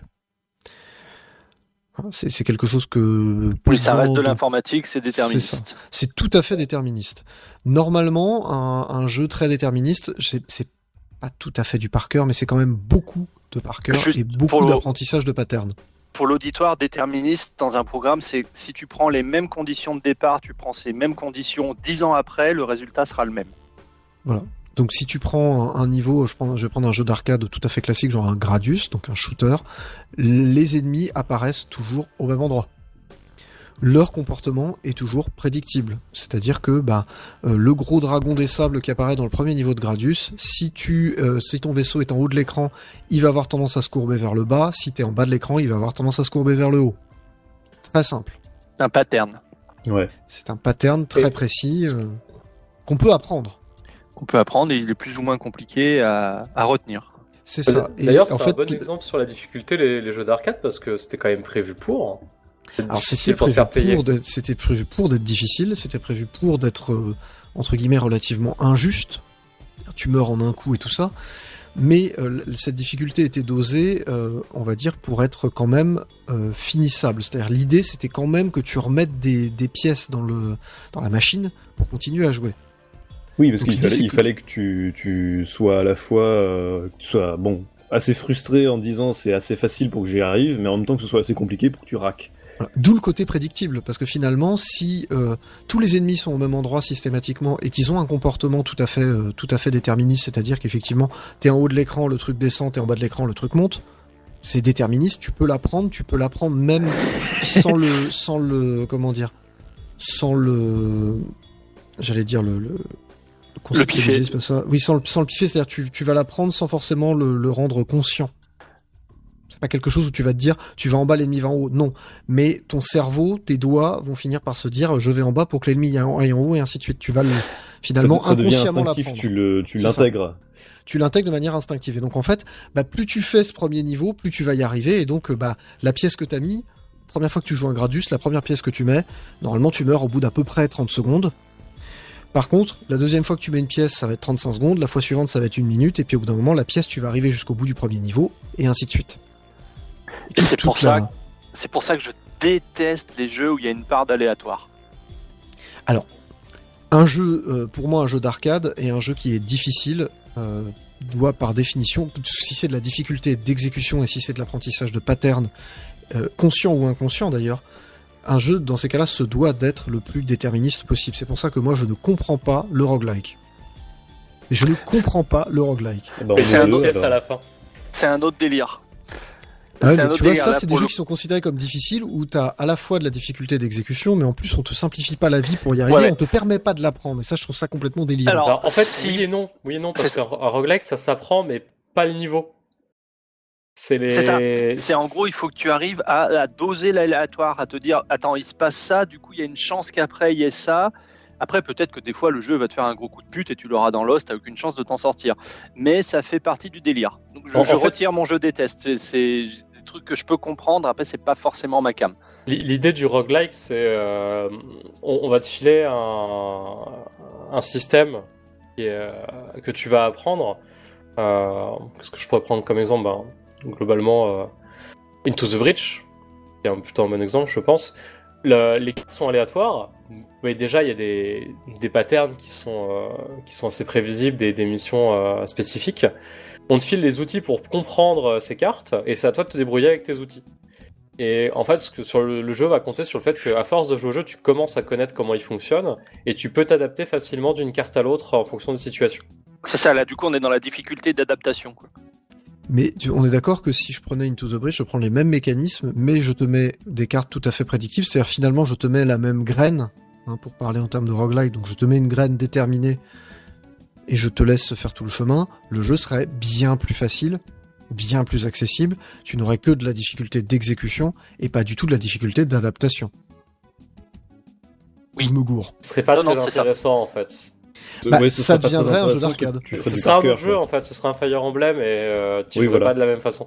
C'est quelque chose que... Oui, ça reste de l'informatique, c'est déterministe. C'est tout à fait déterministe. Normalement, un jeu très déterministe, c'est pas tout à fait du par cœur, mais c'est quand même beaucoup de par cœur et beaucoup d'apprentissage de patterns. Pour l'auditoire, déterministe dans un programme, c'est si tu prends les mêmes conditions de départ, tu prends ces mêmes conditions 10 ans après, le résultat sera le même. Voilà. Donc si tu prends un niveau, je vais prendre un jeu d'arcade tout à fait classique, genre un Gradius, donc un shooter, les ennemis apparaissent toujours au même endroit. Leur comportement est toujours prédictible. C'est-à-dire que le gros dragon des sables qui apparaît dans le premier niveau de Gradius, si ton vaisseau est en haut de l'écran, il va avoir tendance à se courber vers le bas. Si tu es en bas de l'écran, il va avoir tendance à se courber vers le haut. Très simple. Un pattern. Ouais. C'est un pattern très précis qu'on peut apprendre. Et il est plus ou moins compliqué à retenir. C'est ça. D'ailleurs, c'est un bon exemple sur la difficulté les jeux d'arcade parce que c'était quand même prévu pour. Alors c'était prévu pour d'être difficile, c'était prévu pour d'être entre guillemets relativement injuste. Tu meurs en un coup et tout ça. Mais cette difficulté était dosée, on va dire, pour être quand même finissable. C'est-à-dire l'idée, c'était quand même que tu remettes des pièces dans la machine pour continuer à jouer. Oui, parce Donc, qu'il fallait que tu sois à la fois assez frustré en disant c'est assez facile pour que j'y arrive, mais en même temps que ce soit assez compliqué pour que tu raques. Voilà. D'où le côté prédictible, parce que finalement, si tous les ennemis sont au même endroit systématiquement et qu'ils ont un comportement tout à fait déterministe, c'est-à-dire qu'effectivement, t'es en haut de l'écran, le truc descend, t'es en bas de l'écran, le truc monte, c'est déterministe, tu peux l'apprendre même sans le conceptualiser, c'est pas ça. Oui, sans le piffer, c'est-à-dire tu vas l'apprendre sans forcément le rendre conscient. C'est pas quelque chose où tu vas te dire, tu vas en bas, l'ennemi va en haut. Non. Mais ton cerveau, tes doigts vont finir par se dire, je vais en bas pour que l'ennemi aille en haut et ainsi de suite. Tu vas finalement ça inconsciemment devient l'apprendre. Tu l'intègres. Tu l'intègres de manière instinctive. Et donc, en fait, plus tu fais ce premier niveau, plus tu vas y arriver. Et donc, la pièce que t'as mis, première fois que tu joues un Gradius, la première pièce que tu mets, normalement, tu meurs au bout d'à peu près 30 secondes. Par contre, la deuxième fois que tu mets une pièce, ça va être 35 secondes. La fois suivante, ça va être 1 minute. Et puis, au bout d'un moment, la pièce, tu vas arriver jusqu'au bout du premier niveau. Et ainsi de suite. Et c'est pour ça que je déteste les jeux où il y a une part d'aléatoire. Alors, un jeu, pour moi, un jeu d'arcade et un jeu qui est difficile doit, par définition, si c'est de la difficulté d'exécution et si c'est de l'apprentissage de patterns, conscient ou inconscient d'ailleurs, un jeu, dans ces cas-là, se doit d'être le plus déterministe possible. C'est pour ça que moi, je ne comprends pas le roguelike. Je ne comprends pas le roguelike. Et c'est un autre à la fin. C'est un autre délire. Ouais, mais tu vois, ça, c'est des jeux qui sont considérés comme difficiles, où t'as à la fois de la difficulté d'exécution, mais en plus, on te simplifie pas la vie pour y arriver, ouais. On te permet pas de l'apprendre. Et ça, je trouve ça complètement délirant. Alors en fait, oui et non, parce qu'un roguelike, ça s'apprend, mais pas le niveau. C'est ça. C'est en gros, il faut que tu arrives à doser l'aléatoire, à te dire, attends, il se passe ça, du coup, il y a une chance qu'après, il y ait ça. Après, peut-être que des fois, le jeu va te faire un gros coup de pute et tu l'auras dans l'os, t'as aucune chance de t'en sortir. Mais ça fait partie du délire. Donc, je retire mon jeu déteste. C'est des trucs que je peux comprendre. Après, c'est pas forcément ma cam. L'idée du roguelike, c'est on va te filer un système que tu vas apprendre. Qu'est-ce que je pourrais prendre comme exemple? Globalement, Into the Breach, qui est plutôt un bon exemple, je pense. Les cartes sont aléatoires, mais déjà il y a des patterns qui sont assez prévisibles, des missions spécifiques. On te file les outils pour comprendre ces cartes, et c'est à toi de te débrouiller avec tes outils. Et en fait, le jeu va compter sur le fait qu'à force de jouer au jeu, tu commences à connaître comment il fonctionne, et tu peux t'adapter facilement d'une carte à l'autre en fonction des situations. C'est ça, là du coup on est dans la difficulté d'adaptation, quoi. Mais on est d'accord que si je prenais Into the Breach, je prends les mêmes mécanismes, mais je te mets des cartes tout à fait prédictibles, c'est-à-dire finalement je te mets la même graine, pour parler en termes de roguelike, donc je te mets une graine déterminée et je te laisse faire tout le chemin, le jeu serait bien plus facile, bien plus accessible, tu n'aurais que de la difficulté d'exécution et pas du tout de la difficulté d'adaptation. Oui. Je me gourre. Ce serait pas très intéressant en fait. Ça deviendrait un jeu d'arcade. Ce sera un autre jeu en fait, ce sera un Fire Emblem et tu jouerais pas de la même façon.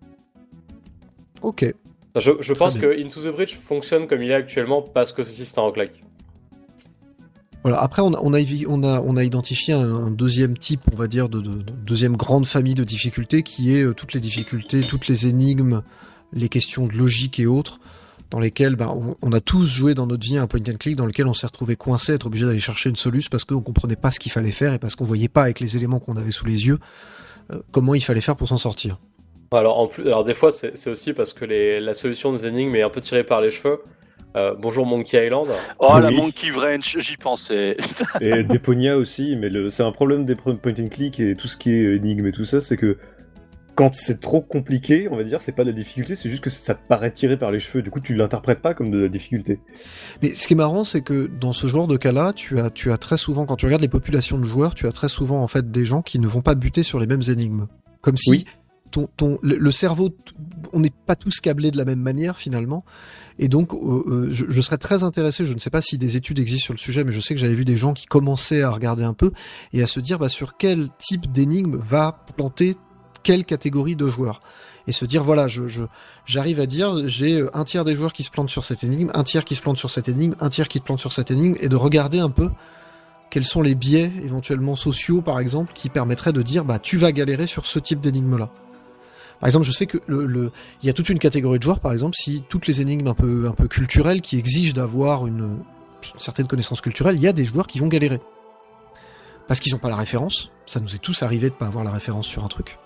Ok. Je pense que Into the Breach fonctionne comme il est actuellement parce que ceci c'est un roguelike. Voilà. Après, on a identifié un deuxième type, on va dire, de deuxième grande famille de difficultés qui est toutes les difficultés, toutes les énigmes, les questions de logique et autres, dans lesquelles on a tous joué dans notre vie un point and click dans lequel on s'est retrouvé coincé, être obligé d'aller chercher une solution parce qu'on comprenait pas ce qu'il fallait faire et parce qu'on voyait pas avec les éléments qu'on avait sous les yeux comment il fallait faire pour s'en sortir. Alors des fois c'est aussi parce que la solution des énigmes est un peu tirée par les cheveux. Bonjour Monkey Island. Oh oui. La Monkey Wrench, j'y pensais. Et Deponia aussi, mais c'est un problème des point and click et tout ce qui est énigme et tout ça, c'est que quand c'est trop compliqué, on va dire, c'est pas de la difficulté, c'est juste que ça te paraît tiré par les cheveux, du coup tu l'interprètes pas comme de la difficulté. Mais ce qui est marrant, c'est que dans ce genre de cas-là, tu as très souvent, quand tu regardes les populations de joueurs, tu as très souvent en fait des gens qui ne vont pas buter sur les mêmes énigmes. Comme si le cerveau, on n'est pas tous câblés de la même manière finalement. Et donc, je serais très intéressé, je ne sais pas si des études existent sur le sujet, mais je sais que j'avais vu des gens qui commençaient à regarder un peu et à se dire sur quel type d'énigme va planter quelle catégorie de joueurs. Et se dire, voilà, j'arrive à dire, j'ai un tiers des joueurs qui se plantent sur cette énigme, un tiers qui se plante sur cette énigme, un tiers qui se plante sur cette énigme, et de regarder un peu quels sont les biais éventuellement sociaux par exemple qui permettraient de dire bah tu vas galérer sur ce type d'énigme-là. Par exemple, je sais que il y a toute une catégorie de joueurs, par exemple, si toutes les énigmes un peu culturelles qui exigent d'avoir une certaine connaissance culturelle, il y a des joueurs qui vont galérer. Parce qu'ils n'ont pas la référence. Ça nous est tous arrivé de pas avoir la référence sur un truc.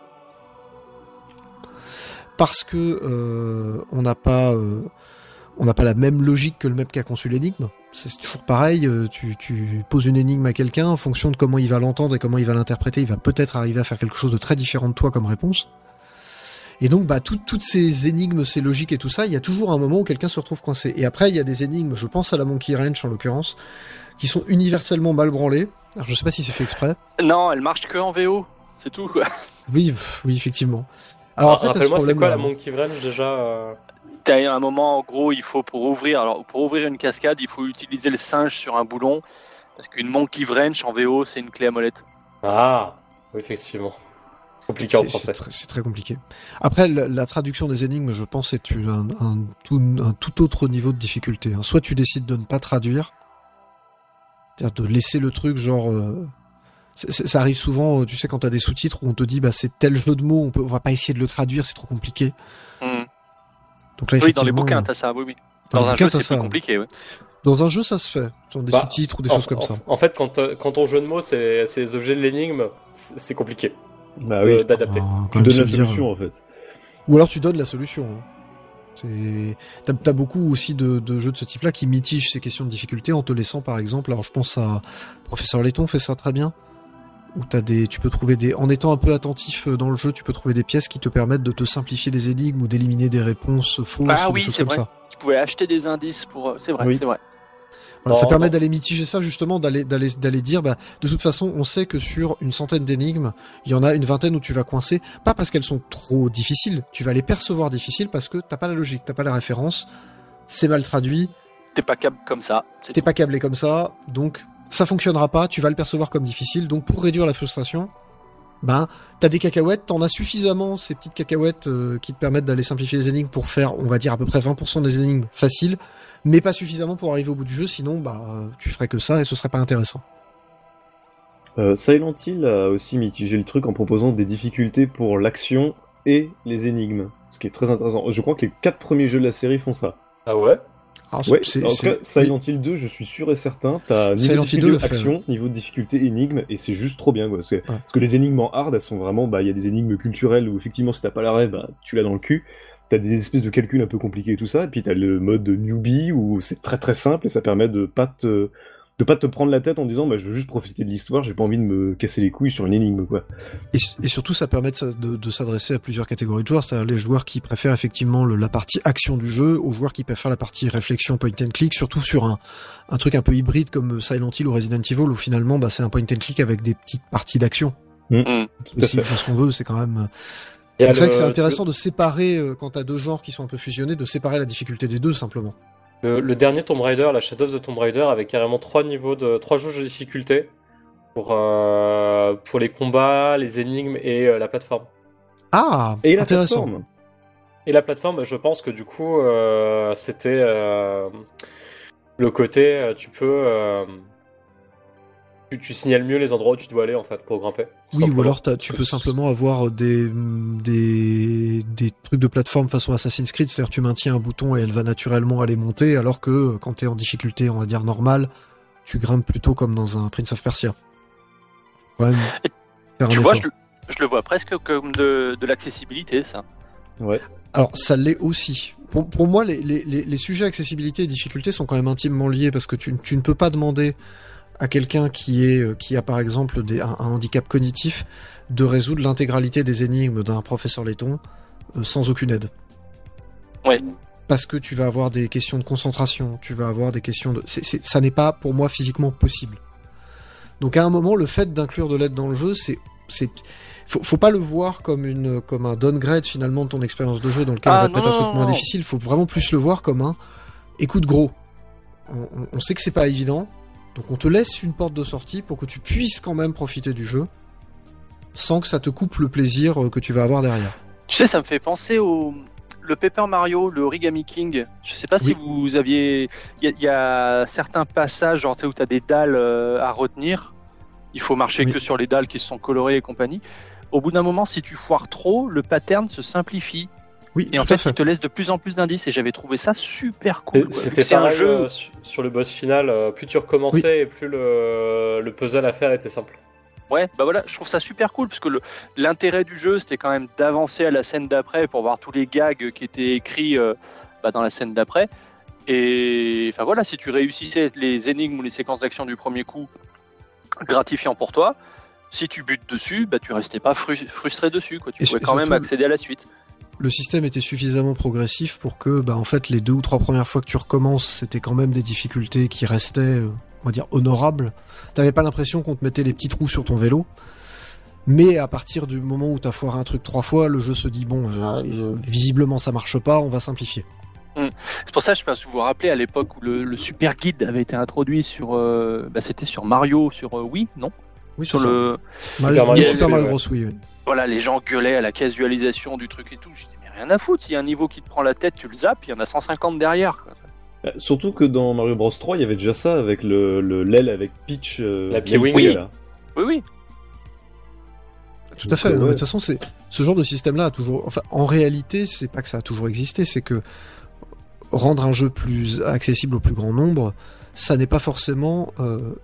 Parce que on n'a pas la même logique que le mec qui a conçu l'énigme. C'est toujours pareil, tu poses une énigme à quelqu'un, en fonction de comment il va l'entendre et comment il va l'interpréter, il va peut-être arriver à faire quelque chose de très différent de toi comme réponse. Et donc, bah, toutes ces énigmes, ces logiques et tout ça, il y a toujours un moment où quelqu'un se retrouve coincé. Et après, il y a des énigmes, je pense à la Monkey Wrench en l'occurrence, qui sont universellement mal branlées. Alors, je sais pas si c'est fait exprès. Non, elle marche que en VO, c'est tout, quoi. Oui, effectivement. Alors après, rappelle-moi, c'est quoi là, la Monkey Wrench déjà T'as un moment, en gros, il faut pour ouvrir une cascade, il faut utiliser le singe sur un boulon, parce qu'une Monkey Wrench en VO, c'est une clé à molette. Ah, oui, effectivement. Compliqué en français. C'est très compliqué. Après, la traduction des énigmes, je pense, est un tout autre niveau de difficulté. Soit tu décides de ne pas traduire, c'est-à-dire de laisser le truc genre... Ça arrive souvent, tu sais, quand t'as des sous-titres où on te dit bah c'est tel jeu de mots, on va pas essayer de le traduire, c'est trop compliqué. Donc là, oui, dans les bouquins, t'as ça, oui. Dans un jeu, c'est plus compliqué, oui. Dans un jeu, ça se fait. Ce sont des sous-titres ou des choses comme ça. En fait, quand ton jeu de mots, c'est les objets de l'énigme, c'est compliqué. Bah oui, d'adapter. Tu donnes la solution en fait. Ou alors tu donnes la solution. T'as beaucoup aussi de jeux de ce type-là qui mitigent ces questions de difficulté en te laissant, par exemple, alors je pense à Professeur Layton fait ça très bien, où tu peux trouver en étant un peu attentif dans le jeu, tu peux trouver des pièces qui te permettent de te simplifier des énigmes ou d'éliminer des réponses fausses ou des choses comme ça. Tu pouvais acheter des indices pour. C'est vrai, c'est vrai. Voilà, ça permet d'aller mitiger ça justement, d'aller dire de toute façon on sait que sur une centaine d'énigmes, il y en a une vingtaine où tu vas coincer, pas parce qu'elles sont trop difficiles, tu vas les percevoir difficiles parce que t'as pas la logique, t'as pas la référence, c'est mal traduit. T'es pas câblé comme ça. T'es pas câblé comme ça, donc ça fonctionnera pas, tu vas le percevoir comme difficile, donc pour réduire la frustration, t'as des cacahuètes, t'en as suffisamment, ces petites cacahuètes qui te permettent d'aller simplifier les énigmes pour faire, on va dire, à peu près 20% des énigmes faciles, mais pas suffisamment pour arriver au bout du jeu, sinon tu ferais que ça et ce serait pas intéressant. Silent Hill a aussi mitigé le truc en proposant des difficultés pour l'action et les énigmes, ce qui est très intéressant. Je crois que les 4 premiers jeux de la série font ça. Ah ouais? Alors, ouais, en tout cas, Silent Hill 2, je suis sûr et certain, t'as niveau de difficulté action, niveau de difficulté énigme, et c'est juste trop bien, quoi. Parce que les énigmes en hard, elles sont vraiment, il y a des énigmes culturelles où effectivement, si t'as pas la rêve, tu l'as dans le cul. T'as des espèces de calculs un peu compliqués et tout ça, et puis t'as le mode newbie où c'est très très simple et ça permet de pas te prendre la tête en disant je veux juste profiter de l'histoire, j'ai pas envie de me casser les couilles sur une énigme, quoi. Et surtout ça permet de s'adresser à plusieurs catégories de joueurs, c'est-à-dire les joueurs qui préfèrent effectivement la partie action du jeu, aux joueurs qui préfèrent la partie réflexion point and click, surtout sur un truc un peu hybride comme Silent Hill ou Resident Evil où finalement c'est un point and click avec des petites parties d'action. Aussi, dans ce qu'on veut, c'est quand même... Donc c'est vrai que c'est intéressant de séparer, quand t'as deux genres qui sont un peu fusionnés, de séparer la difficulté des deux simplement. Le dernier Tomb Raider, la Shadow of the Tomb Raider, avait carrément 3 jauges de difficulté pour les combats, les énigmes et la plateforme. Ah, et intéressant. Et la plateforme, je pense que du coup, c'était le côté, tu signales mieux les endroits où tu dois aller en fait pour grimper. Oui, ou alors tu peux simplement avoir des trucs de plateforme façon Assassin's Creed, c'est-à-dire tu maintiens un bouton et elle va naturellement aller monter, alors que quand t'es en difficulté, on va dire normale, tu grimpes plutôt comme dans un Prince of Persia. Ouais, tu vois, je le vois presque comme de l'accessibilité, ça. Ouais. Alors, ça l'est aussi. Pour moi, les sujets accessibilité et difficulté sont quand même intimement liés, parce que tu ne peux pas demander à quelqu'un qui a par exemple un handicap cognitif de résoudre l'intégralité des énigmes d'un professeur Layton sans aucune aide. Ouais. Parce que tu vas avoir des questions de concentration, tu vas avoir des questions de... ça n'est pas, pour moi, physiquement possible. Donc à un moment, le fait d'inclure de l'aide dans le jeu, faut pas le voir comme un downgrade finalement de ton expérience de jeu dans lequel on va te mettre un truc moins difficile, faut vraiment plus le voir comme un... Écoute gros, on sait que c'est pas évident, donc on te laisse une porte de sortie pour que tu puisses quand même profiter du jeu sans que ça te coupe le plaisir que tu vas avoir derrière. Tu sais, ça me fait penser le Paper Mario, le Origami King, je sais pas si vous aviez. Il y a certains passages genre, où tu as des dalles à retenir. Il faut marcher que sur les dalles qui sont colorées et compagnie. Au bout d'un moment, si tu foires trop, le pattern se simplifie. Oui, et en fait, il te laisse de plus en plus d'indices. Et j'avais trouvé ça super cool. C'était pareil, un jeu sur le boss final. Plus tu recommençais et plus le puzzle à faire était simple. Ouais, bah voilà, je trouve ça super cool parce que l'intérêt du jeu, c'était quand même d'avancer à la scène d'après pour voir tous les gags qui étaient écrits dans la scène d'après. Et enfin voilà, si tu réussissais les énigmes ou les séquences d'action du premier coup, gratifiant pour toi. Si tu butes dessus, bah tu restais pas frustré dessus, quoi. Tu pouvais quand même accéder à la suite. Le système était suffisamment progressif pour que, en fait, les 2 ou 3 premières fois que tu recommences, c'était quand même des difficultés qui restaient, on va dire, honorables. T'avais pas l'impression qu'on te mettait les petits trous sur ton vélo. Mais à partir du moment où t'as foiré un truc 3 fois, le jeu se dit, visiblement ça marche pas, on va simplifier. C'est pour ça, je sais pas si vous vous rappelez, à l'époque où le super guide avait été introduit sur, c'était sur Mario, sur Wii, non? Oui, sur le Super Mario Bros. Oui. Voilà, les gens gueulaient à la casualisation du truc et tout. Je dis, mais rien à foutre, s'il y a un niveau qui te prend la tête, tu le zappes, il y en a 150 derrière. Quoi. Surtout que dans Mario Bros 3, il y avait déjà ça avec l'aile avec Peach. La P-Wing. Oui. Tout à fait. Non, mais de toute façon, ce genre de système-là a toujours. Enfin, en réalité, c'est pas que ça a toujours existé, c'est que rendre un jeu plus accessible au plus grand nombre, ça n'est pas forcément.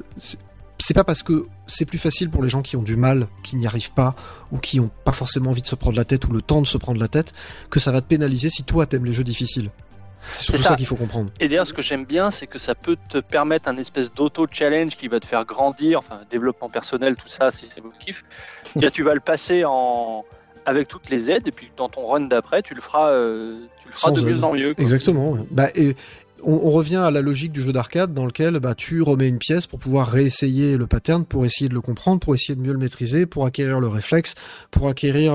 C'est pas parce que c'est plus facile pour les gens qui ont du mal, qui n'y arrivent pas, ou qui ont pas forcément envie de se prendre la tête ou le temps de se prendre la tête, que ça va te pénaliser si toi t'aimes les jeux difficiles. C'est surtout ça qu'il faut comprendre. Et d'ailleurs, ce que j'aime bien, c'est que ça peut te permettre un espèce d'auto-challenge qui va te faire grandir, enfin, développement personnel, tout ça, si c'est votre kiff. Tu vas le passer avec toutes les aides, et puis dans ton run d'après, tu le feras de mieux en mieux. Quoi. Exactement. Et on revient à la logique du jeu d'arcade dans lequel tu remets une pièce pour pouvoir réessayer le pattern, pour essayer de le comprendre, pour essayer de mieux le maîtriser, pour acquérir le réflexe, pour acquérir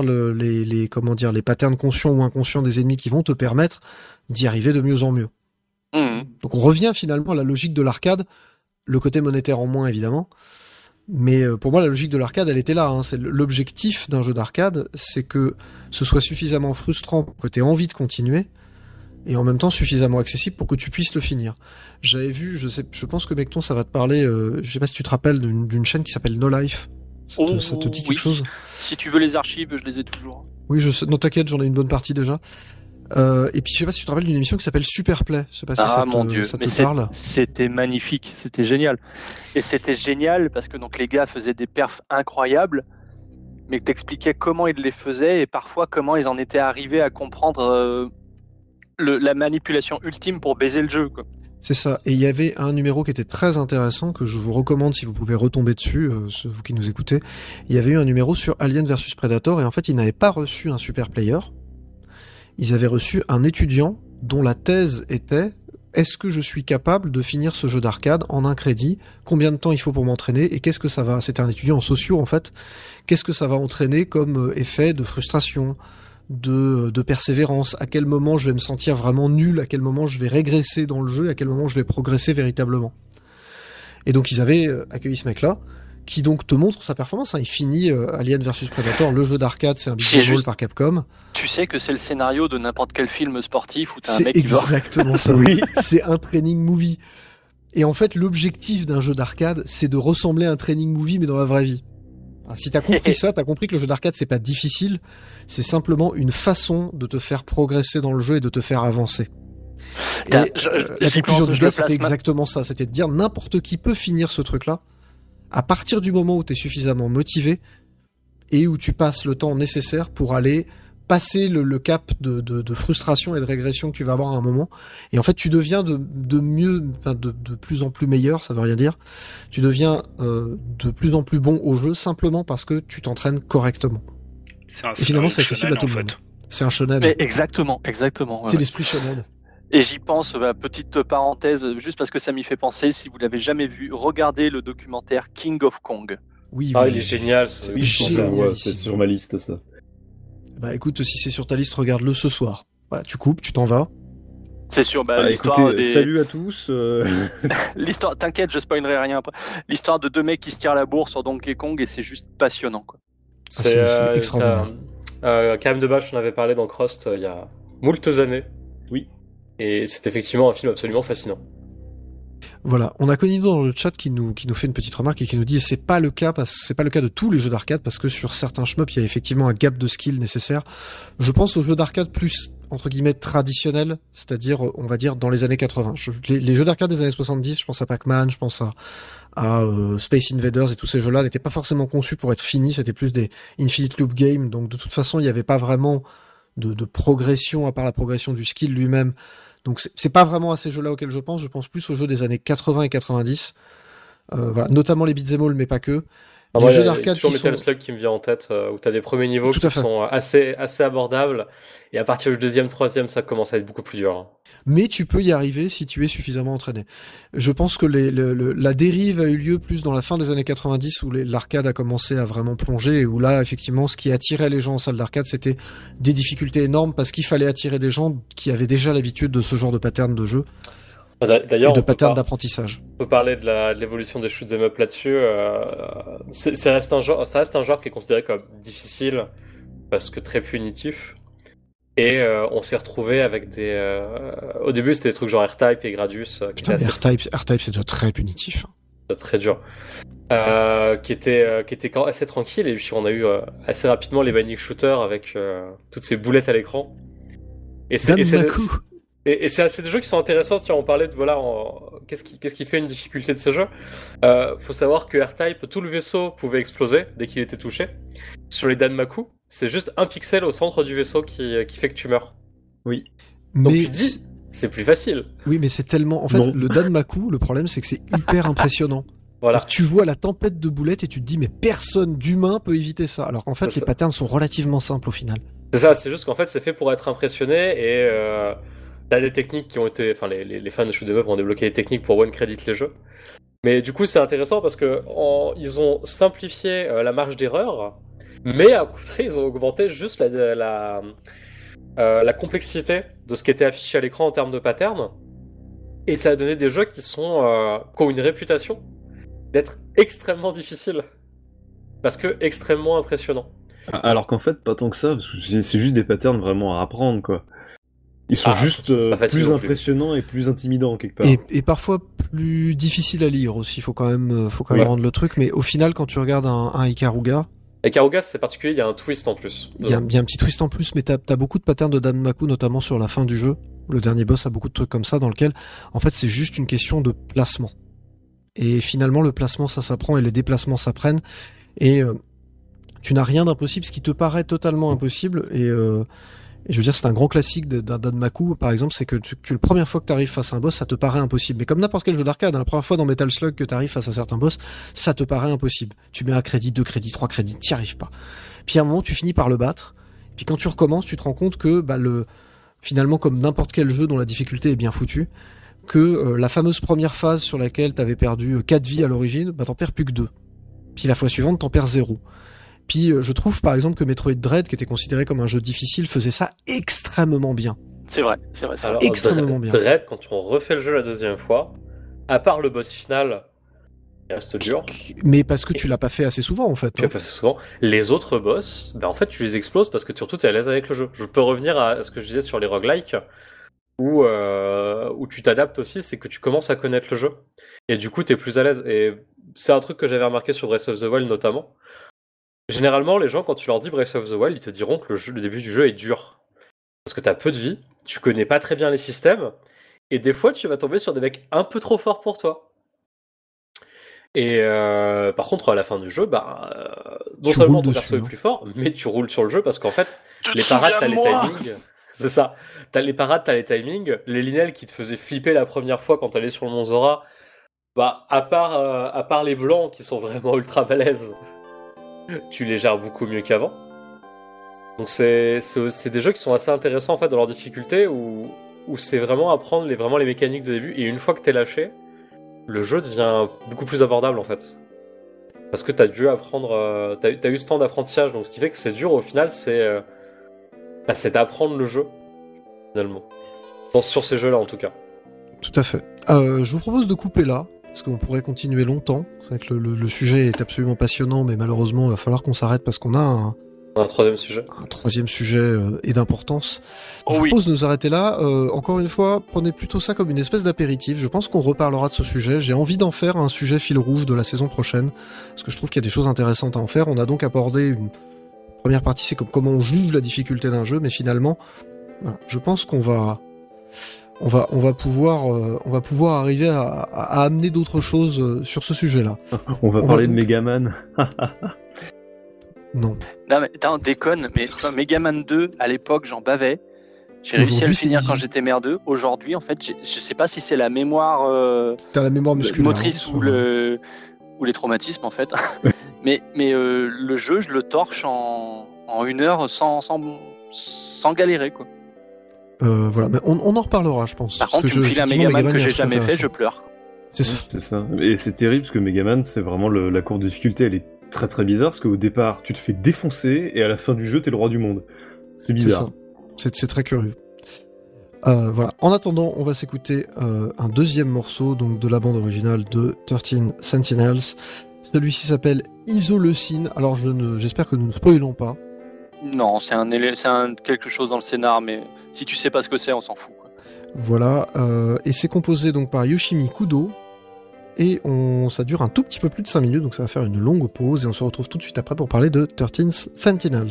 les patterns conscients ou inconscients des ennemis qui vont te permettre d'y arriver de mieux en mieux. Donc on revient finalement à la logique de l'arcade, le côté monétaire en moins évidemment, mais pour moi la logique de l'arcade elle était là, c'est l'objectif d'un jeu d'arcade, c'est que ce soit suffisamment frustrant pour que tu aies envie de continuer, et en même temps suffisamment accessible pour que tu puisses le finir. J'avais vu, je pense que Mecton ça va te parler, je sais pas si tu te rappelles d'une chaîne qui s'appelle No Life, ça te dit quelque chose? Si tu veux les archives, je les ai toujours. Oui, non t'inquiète, j'en ai une bonne partie déjà. Et puis je sais pas si tu te rappelles d'une émission qui s'appelle Superplay. Je sais pas si ça te parle. C'était magnifique, c'était génial. Et c'était génial parce que donc les gars faisaient des perfs incroyables, mais que t'expliquais comment ils les faisaient et parfois comment ils en étaient arrivés à comprendre la manipulation ultime pour baiser le jeu, quoi. C'est ça. Et il y avait un numéro qui était très intéressant que je vous recommande si vous pouvez retomber dessus, vous qui nous écoutez. Il y avait eu un numéro sur Alien vs Predator et en fait ils n'avaient pas reçu un super player. Ils avaient reçu un étudiant dont la thèse était « Est-ce que je suis capable de finir ce jeu d'arcade en un crédit ? Combien de temps il faut pour m'entraîner ? Et qu'est-ce que ça va... » C'était un étudiant en sociaux, en fait. « Qu'est-ce que ça va entraîner comme effet de frustration, de persévérance ? À quel moment je vais me sentir vraiment nul ? À quel moment je vais régresser dans le jeu ? À quel moment je vais progresser véritablement ?» Et donc ils avaient accueilli ce mec-là, qui donc te montre sa performance. Il finit Alien vs Predator, le jeu d'arcade, c'est un beat'em all par Capcom. Tu sais que c'est le scénario de n'importe quel film sportif où t'as un mec qui va... C'est exactement ça, oui. C'est un training movie. Et en fait, l'objectif d'un jeu d'arcade, c'est de ressembler à un training movie, mais dans la vraie vie. Alors, si t'as compris ça, t'as compris que le jeu d'arcade, c'est pas difficile, c'est simplement une façon de te faire progresser dans le jeu et de te faire avancer. Et la conclusion du gars, c'était exactement ça. C'était de dire n'importe qui peut finir ce truc-là, à partir du moment où tu es suffisamment motivé et où tu passes le temps nécessaire pour aller passer le cap de frustration et de régression que tu vas avoir à un moment. Et en fait, tu deviens de plus en plus meilleur, ça veut rien dire. Tu deviens de plus en plus bon au jeu simplement parce que tu t'entraînes correctement. Et finalement, c'est accessible à tout le monde. C'est un shonen. Mais exactement. C'est l'esprit shonen. Et j'y pense, petite parenthèse, juste parce que ça m'y fait penser, si vous l'avez jamais vu, regardez le documentaire King of Kong. Oui. Il est génial. C'est sur ma liste, ça. Bah écoute, si c'est sur ta liste, regarde-le ce soir. Voilà, tu coupes, tu t'en vas. C'est sûr, l'histoire écoutez, des... Salut à tous. L'histoire, t'inquiète, je spoilerai rien après. L'histoire de 2 mecs qui se tirent la bourre sur Donkey Kong et c'est juste passionnant, quoi. C'est extraordinaire. Quand même de base, j'en avais parlé dans Crost il y a moultes années. Oui. Et c'est effectivement un film absolument fascinant. Voilà, on a Connie dans le chat qui nous fait une petite remarque et qui nous dit c'est pas le cas de tous les jeux d'arcade parce que sur certains shmups il y a effectivement un gap de skill nécessaire. Je pense aux jeux d'arcade plus entre guillemets traditionnels, c'est-à-dire on va dire dans les années 80. Les jeux d'arcade des années 70, je pense à Pac-Man, je pense à Space Invaders et tous ces jeux-là n'étaient pas forcément conçus pour être finis, c'était plus des Infinite Loop Games, donc de toute façon il n'y avait pas vraiment de progression à part la progression du skill lui-même. Donc c'est pas vraiment à ces jeux-là auxquels je pense plus aux jeux des années 80 et 90, voilà, notamment les beat'em all mais pas que. Les jeux d'arcade qui sont... Metal Slug qui me vient en tête, où t'as des premiers niveaux Tout qui à fait. sont assez abordables, et à partir du deuxième, troisième, ça commence à être beaucoup plus dur. Mais tu peux y arriver si tu es suffisamment entraîné. Je pense que la dérive a eu lieu plus dans la fin des années 90 où l'arcade a commencé à vraiment plonger et où là, effectivement, ce qui attirait les gens en salle d'arcade, c'était des difficultés énormes parce qu'il fallait attirer des gens qui avaient déjà l'habitude de ce genre de pattern de jeu D'ailleurs, et de pattern d'apprentissage. On peut parler de l'évolution des shoot'em up là-dessus. Ça reste un genre qui est considéré comme difficile parce que très punitif. Et on s'est retrouvé avec au début, c'était des trucs genre R-Type et Gradius. Putain, mais R-Type, c'est déjà très punitif. Très dur. Qui était assez tranquille. Et puis on a eu assez rapidement les Manic Shooters avec toutes ces boulettes à l'écran. Et c'est des jeux qui sont intéressants. Tiens, on parlait de qu'est-ce qui fait une difficulté de ce jeu. Faut savoir que R-Type, tout le vaisseau pouvait exploser dès qu'il était touché. Sur les Danmaku, c'est juste un pixel au centre du vaisseau qui fait que tu meurs. Oui. Donc mais tu te dis, c'est plus facile. Oui, mais c'est tellement... En fait, le Danmaku, le problème, c'est que c'est hyper impressionnant. Voilà. Tu vois la tempête de boulettes et tu te dis, mais personne d'humain peut éviter ça. Alors qu'en fait, les patterns sont relativement simples au final. C'est ça, c'est juste qu'en fait, c'est fait pour être impressionné et t'as des techniques qui ont été... Enfin, les fans de shoot'em up ont débloqué des techniques pour one credit les jeux. Mais du coup, c'est intéressant parce que ils ont simplifié la marge d'erreur, mais à côté, ils ont augmenté juste la complexité de ce qui était affiché à l'écran en termes de pattern. Et ça a donné des jeux qui ont une réputation d'être extrêmement difficiles. Parce que extrêmement impressionnants. Alors qu'en fait, pas tant que ça, parce que c'est juste des patterns vraiment à apprendre, quoi. Ils sont juste plus impressionnants et plus intimidants, quelque part. Et parfois plus difficiles à lire aussi, faut quand même rendre le truc, mais au final, quand tu regardes un Ikaruga... Ikaruga, c'est particulier, il y a un twist en plus. Il y a un petit twist en plus, mais t'as beaucoup de patterns de Danmaku, notamment sur la fin du jeu. Le dernier boss a beaucoup de trucs comme ça, dans lequel, en fait, c'est juste une question de placement. Et finalement, le placement, ça s'apprend, et les déplacements s'apprennent. Et tu n'as rien d'impossible, ce qui te paraît totalement impossible. Et je veux dire, c'est un grand classique d'un Danmaku, par exemple, c'est que la première fois que tu arrives face à un boss, ça te paraît impossible. Mais comme n'importe quel jeu d'arcade, la première fois dans Metal Slug que tu arrives face à certains boss, ça te paraît impossible. Tu mets 1 crédit, 2 crédits, 3 crédits, t'y arrives pas. Puis à un moment, tu finis par le battre. Puis quand tu recommences, tu te rends compte que finalement, comme n'importe quel jeu dont la difficulté est bien foutue, que la fameuse première phase sur laquelle t'avais perdu 4 vies à l'origine, t'en perds plus que 2. Puis la fois suivante, t'en perds 0. Puis je trouve par exemple que Metroid Dread, qui était considéré comme un jeu difficile, faisait ça extrêmement bien. C'est vrai. Alors, extrêmement bien. Dread, quand on refait le jeu la deuxième fois, à part le boss final, il reste dur. Mais parce que tu l'as pas fait assez souvent en fait. Tu l'as pas fait souvent. Les autres boss, en fait tu les exploses parce que surtout tu es à l'aise avec le jeu. Je peux revenir à ce que je disais sur les roguelikes, où tu t'adaptes aussi, c'est que tu commences à connaître le jeu. Et du coup tu es plus à l'aise. Et c'est un truc que j'avais remarqué sur Breath of the Wild notamment. Généralement, les gens, quand tu leur dis Breath of the Wild, ils te diront que le début du jeu est dur. Parce que t'as peu de vie, tu connais pas très bien les systèmes, et des fois, tu vas tomber sur des mecs un peu trop forts pour toi. Et par contre, à la fin du jeu, non seulement ton perso est plus fort, mais tu roules sur le jeu parce qu'en fait, les parades, t'as les timings. C'est ça. T'as les parades, t'as les timings. Les Linel qui te faisaient flipper la première fois quand t'allais sur le Mont Zora, à part les blancs qui sont vraiment ultra balèzes, tu les gères beaucoup mieux qu'avant. Donc c'est des jeux qui sont assez intéressants en fait dans leur difficulté où c'est vraiment apprendre les mécaniques de début, et une fois que t'es lâché, le jeu devient beaucoup plus abordable en fait. Parce que t'as dû apprendre, t'as eu ce temps d'apprentissage, donc ce qui fait que c'est dur au final, c'est d'apprendre le jeu finalement. Sur ces jeux-là en tout cas. Tout à fait. Je vous propose de couper là. Parce qu'on pourrait continuer longtemps. C'est vrai que le sujet est absolument passionnant, mais malheureusement, il va falloir qu'on s'arrête parce qu'on a Un troisième sujet. Un troisième sujet et d'importance. Oh Je oui. propose de nous arrêter là. Encore une fois, prenez plutôt ça comme une espèce d'apéritif. Je pense qu'on reparlera de ce sujet. J'ai envie d'en faire un sujet fil rouge de la saison prochaine, parce que je trouve qu'il y a des choses intéressantes à en faire. On a donc abordé une première partie, c'est comme comment on juge la difficulté d'un jeu, mais finalement, voilà, je pense qu'on va pouvoir arriver à amener d'autres choses sur ce sujet-là. On va On parler va de donc- Megaman. Non. Non mais attends, déconne, mais tu vois, Megaman 2, à l'époque, j'en bavais. J'ai réussi à le Aujourd'hui, c'est finir easy. quand j'étais merdeux. Aujourd'hui, en fait, je sais pas si c'est la mémoire T'as la mémoire musculaire. motrice hein, ou les traumatismes, en fait. mais le jeu, je le torche en 1 heure sans galérer, quoi. Voilà, mais on en reparlera, je pense. Par parce contre, tu me files un effectivement, Megaman que il y a un j'ai truc jamais fait, intéressant. je pleure. C'est ça. C'est ça. Et c'est terrible parce que Megaman, c'est vraiment la courbe de difficulté, elle est très très bizarre parce qu'au départ, tu te fais défoncer et à la fin du jeu, t'es le roi du monde. C'est C'est bizarre. ça. C'est très curieux. Voilà. En attendant, on va s'écouter un deuxième morceau donc de la bande originale de 13 Sentinels. Celui-ci s'appelle Isoleucine. Alors j'espère que nous ne spoilons pas. Non, c'est quelque chose dans le scénar, mais si tu sais pas ce que c'est, on s'en fout, quoi. Voilà. Et c'est composé donc par Yoshimi Kudo. Et ça dure un tout petit peu plus de 5 minutes, donc ça va faire une longue pause. Et on se retrouve tout de suite après pour parler de 13 Sentinels.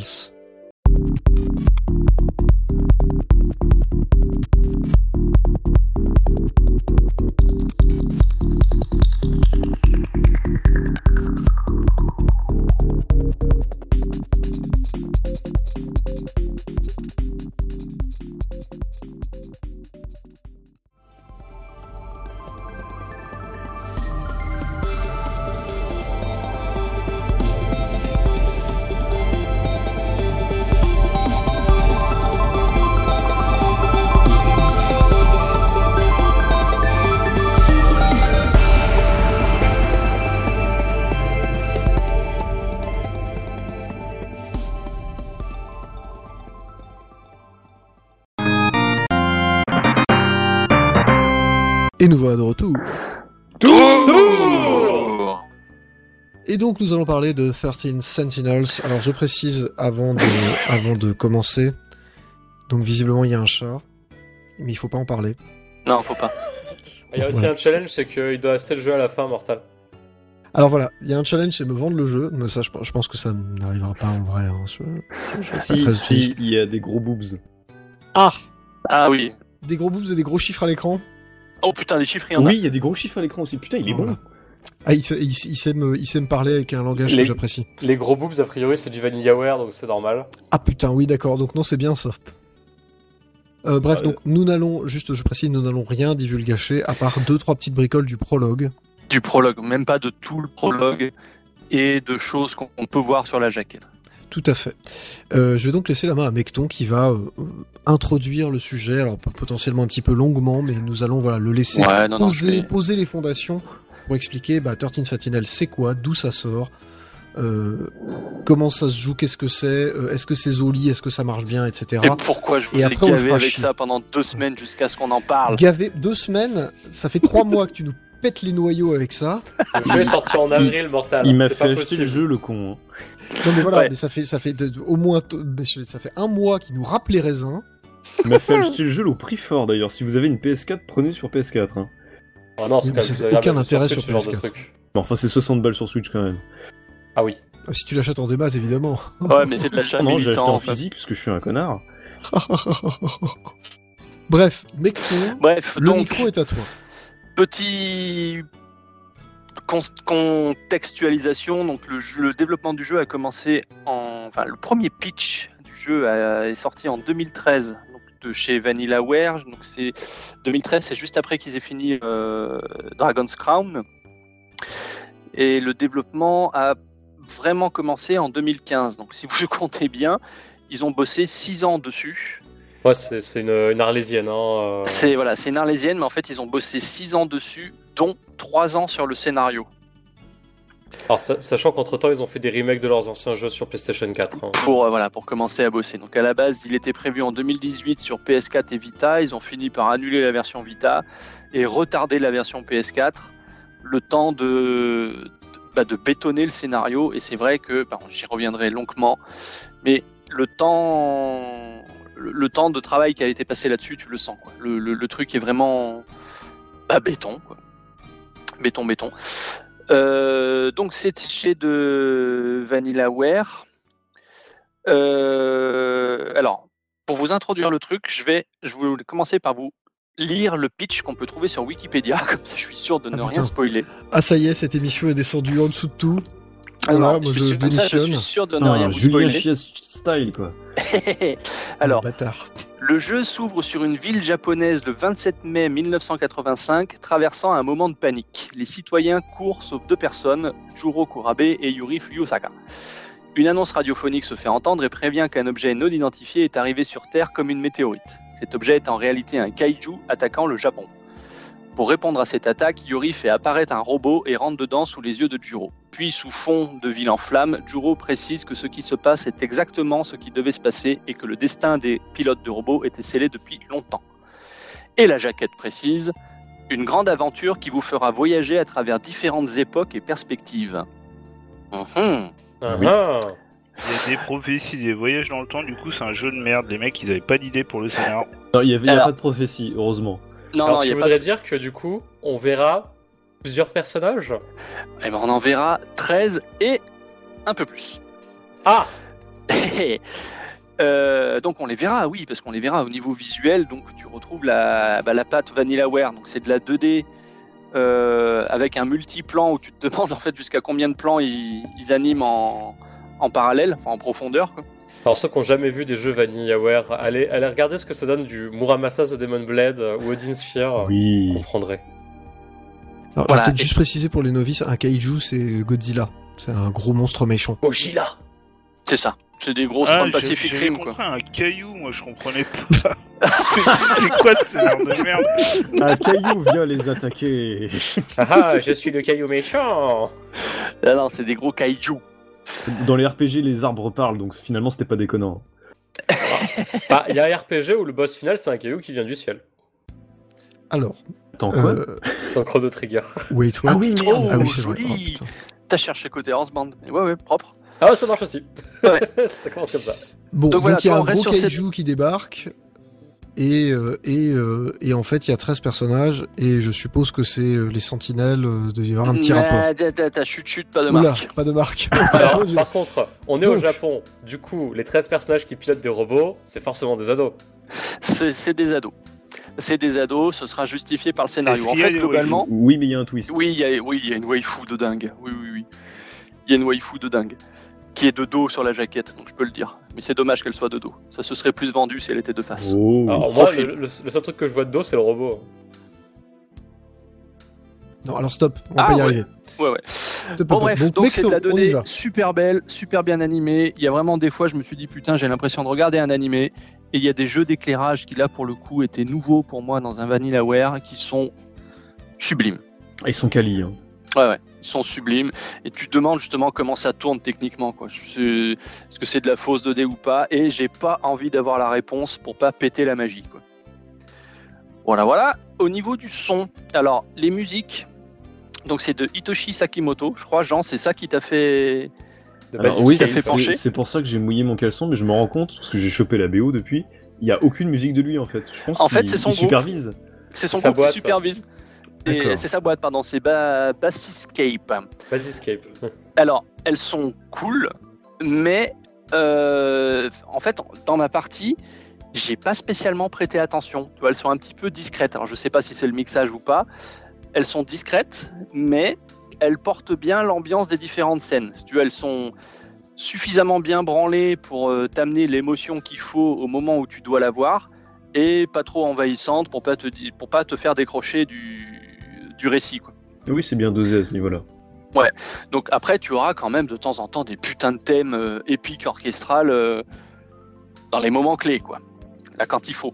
Et nous voilà de retour. Et donc nous allons parler de 13 Sentinels. Alors je précise avant de commencer. Donc visiblement il y a un chat, mais il faut pas en parler. Non, faut pas. Il y a aussi Voilà. un challenge, c'est qu'il doit rester le jeu à la fin, Mortal. Alors voilà, il y a un challenge, c'est me vendre le jeu, mais ça je pense que ça n'arrivera pas en vrai. Hein. Je serais très triste. il y a des gros boobs. Ah, Ah oui. des gros boobs et des gros chiffres à l'écran. Oh putain, les chiffres, il y en a. Oui, il y a des gros chiffres à l'écran aussi. Putain, il est Voilà. bon. Ah, il sait me parler avec un langage Les- que j'apprécie. Les gros boobs, a priori, c'est du Vanillaware, donc c'est normal. Ah putain, oui d'accord, donc non c'est bien ça. Bref, donc nous n'allons, juste je précise, nous n'allons rien divulgacher à part 2-3 petites bricoles du prologue. Du prologue, même pas de tout le prologue et de choses qu'on peut voir sur la jaquette. Tout à fait. Je vais donc laisser la main à Mecton qui va introduire le sujet, alors potentiellement un petit peu longuement, mais nous allons le laisser Ouais, non, je poser les fondations pour expliquer 13 Sentinels c'est quoi, d'où ça sort, comment ça se joue, qu'est-ce que c'est, est-ce que c'est Zoli, est-ce que ça marche bien, etc. Et pourquoi je Et voulais après, on le gaver fera avec chier. ça pendant 2 semaines jusqu'à ce qu'on en parle. Gavé 2 semaines, ça fait 3 mois que tu nous pètes les noyaux avec ça. Le jeu est sorti en avril, Mortal. Il m'a C'est fait pas acheter possible. le jeu, le con. Hein. Non mais voilà, Ouais. mais ça fait au moins ça fait 1 mois qu'il nous rappe les raisins. Il m'a fait acheter le jeu au prix fort d'ailleurs. Si vous avez une PS4, prenez sur PS4. Hein. Ah non, c'est Oui, quand mais même c'est plus agréable aucun intérêt Switch, sur ce genre de PS4. truc. Bon, enfin, c'est 60 balles sur Switch quand même. Ah oui. Si tu l'achètes en débat, évidemment. Ouais, mais c'est de l'achat Non, j'ai acheté militant. en en fait. physique parce que je suis un connard. Bref, Mecton, Bref, le donc, micro est à toi. petit contextualisation. Donc, le développement du jeu a commencé Enfin, le premier pitch du jeu est sorti en 2013. Donc, de chez Vanillaware. Donc, 2013, c'est juste après qu'ils aient fini Dragon's Crown. Et le développement a vraiment commencé en 2015. Donc, si vous le comptez bien, ils ont bossé 6 ans dessus. Ouais, c'est une arlésienne. Hein, C'est une arlésienne, mais en fait, ils ont bossé 6 ans dessus, dont 3 ans sur le scénario. Alors, sachant qu'entre-temps, ils ont fait des remakes de leurs anciens jeux sur PlayStation 4. Hein. Pour commencer à bosser. Donc à la base, il était prévu en 2018 sur PS4 et Vita. Ils ont fini par annuler la version Vita et retarder la version PS4, le temps de de bétonner le scénario. Et c'est vrai que, j'y reviendrai longuement, mais le temps de travail qui a été passé là-dessus, tu le sens, quoi. Le truc est vraiment béton, quoi. Béton. Donc c'est chez de VanillaWare. Alors, pour vous introduire le truc, je vais commencer par vous lire le pitch qu'on peut trouver sur Wikipédia, comme ça je suis sûr de ne rien spoiler. Ah ça y est, cette émission est descendue en dessous de tout. Voilà, moi je démissionne. Je suis sûr de ne rien vous spoiler. Julien Chies style, quoi. Alors, bâtard. Le jeu s'ouvre sur une ville japonaise le 27 mai 1985, traversant un moment de panique. Les citoyens courent sauf 2 personnes, Juro Kurabe et Yuri Fuyusaka. Une annonce radiophonique se fait entendre et prévient qu'un objet non identifié est arrivé sur Terre comme une météorite. Cet objet est en réalité un kaiju attaquant le Japon. Pour répondre à cette attaque, Yuri fait apparaître un robot et rentre dedans sous les yeux de Juro. Puis, sous fond de ville en flammes, Juro précise que ce qui se passe est exactement ce qui devait se passer et que le destin des pilotes de robots était scellé depuis longtemps. Et la jaquette précise « Une grande aventure qui vous fera voyager à travers différentes époques et perspectives. » Il y a des prophéties, des voyages dans le temps, du coup c'est un jeu de merde. Les mecs ils avaient pas d'idée pour le scénario. Non, il y a pas de prophétie, heureusement. Alors, tu voudrais dire que du coup, on verra plusieurs personnages ? Eh ben, on en verra 13 et un peu plus. Ah donc on les verra, oui, parce qu'on les verra au niveau visuel. Donc tu retrouves la patte VanillaWare, donc c'est de la 2D avec un multiplan où tu te demandes en fait jusqu'à combien de plans ils animent en parallèle, enfin en profondeur, quoi. Alors ceux qui n'ont jamais vu des jeux VanillaWare, allez regarder ce que ça donne du Muramasa The Demon Blade ou Odin Sphere, vous comprendrez. Alors, voilà, peut-être juste préciser pour les novices, un kaiju c'est Godzilla, c'est un gros monstre méchant. Godzilla. C'est ça, c'est des grosses from Pacific Rim, quoi. Un caillou, moi je comprenais pas. C'est quoi ce genre de merde? Un caillou vient les attaquer. Ah, je suis le caillou méchant. Non, c'est des gros kaiju. Dans les RPG, les arbres parlent, donc finalement c'était pas déconnant. Il y a un RPG où le boss final c'est un caillou qui vient du ciel. Alors. Attends, quoi C'est un Chrono Trigger. Wait, what? Ah oui, ah oui, c'est vrai. Joli. T'as cherché côté Houseband. Ouais, propre. Ah, ça marche aussi. Ouais. Ça commence comme ça. Bon, donc voilà, il y a un gros kaiju qui débarque. Et en fait, il y a 13 personnages, et je suppose que c'est les sentinelles, il y avoir un petit rapport. T'as chut, pas de marque. Oula, pas de marque. Alors, par contre, on est au Japon, du coup, les 13 personnages qui pilotent des robots, c'est forcément des ados. C'est des ados. C'est des ados, ce sera justifié par le scénario. En fait, globalement... Oui, mais il y a un twist. Oui, il y a une waifu de dingue. Oui. Il y a une waifu de dingue. Qui est de dos sur la jaquette, donc je peux le dire. Mais c'est dommage qu'elle soit de dos. Ça se serait plus vendu si elle était de face. Oh. Alors moi, le seul truc que je vois de dos, c'est le robot. Non, alors stop, on va pas y arriver. Ouais. Bon bref, donc c'est de la 2D super belle, super bien animée. Il y a vraiment des fois, je me suis dit putain, j'ai l'impression de regarder un animé. Et il y a des jeux d'éclairage qui là pour le coup étaient nouveaux pour moi dans un VanillaWare qui sont sublimes. Ils sont quali, hein. Ouais, ils sont sublimes. Et tu te demandes justement comment ça tourne techniquement, quoi. Est-ce que c'est de la fausse 2D ou pas? Et j'ai pas envie d'avoir la réponse pour pas péter la magie, quoi. Voilà. Au niveau du son, alors les musiques, donc c'est de Hitoshi Sakimoto, je crois. Jean, c'est ça qui t'a fait. Oui, pencher. C'est pour ça que j'ai mouillé mon caleçon, mais je me rends compte parce que j'ai chopé la BO depuis. Il y a aucune musique de lui en fait. Je pense en fait, c'est son groupe. Supervise. C'est son groupe qui supervise. Et c'est sa boîte, pardon, c'est Bassyscape. Alors, elles sont cool, mais en fait, dans ma partie, j'ai pas spécialement prêté attention. Tu vois, elles sont un petit peu discrètes. Alors, je sais pas si c'est le mixage ou pas. Elles sont discrètes, mais elles portent bien l'ambiance des différentes scènes. Tu vois, elles sont suffisamment bien branlées pour t'amener l'émotion qu'il faut au moment où tu dois la voir, et pas trop envahissante pour pas te faire décrocher du récit, quoi. Oui, c'est bien dosé à ce niveau-là. Ouais, donc après tu auras quand même de temps en temps des putains de thèmes épiques orchestrales dans les moments clés, quoi. Là quand il faut.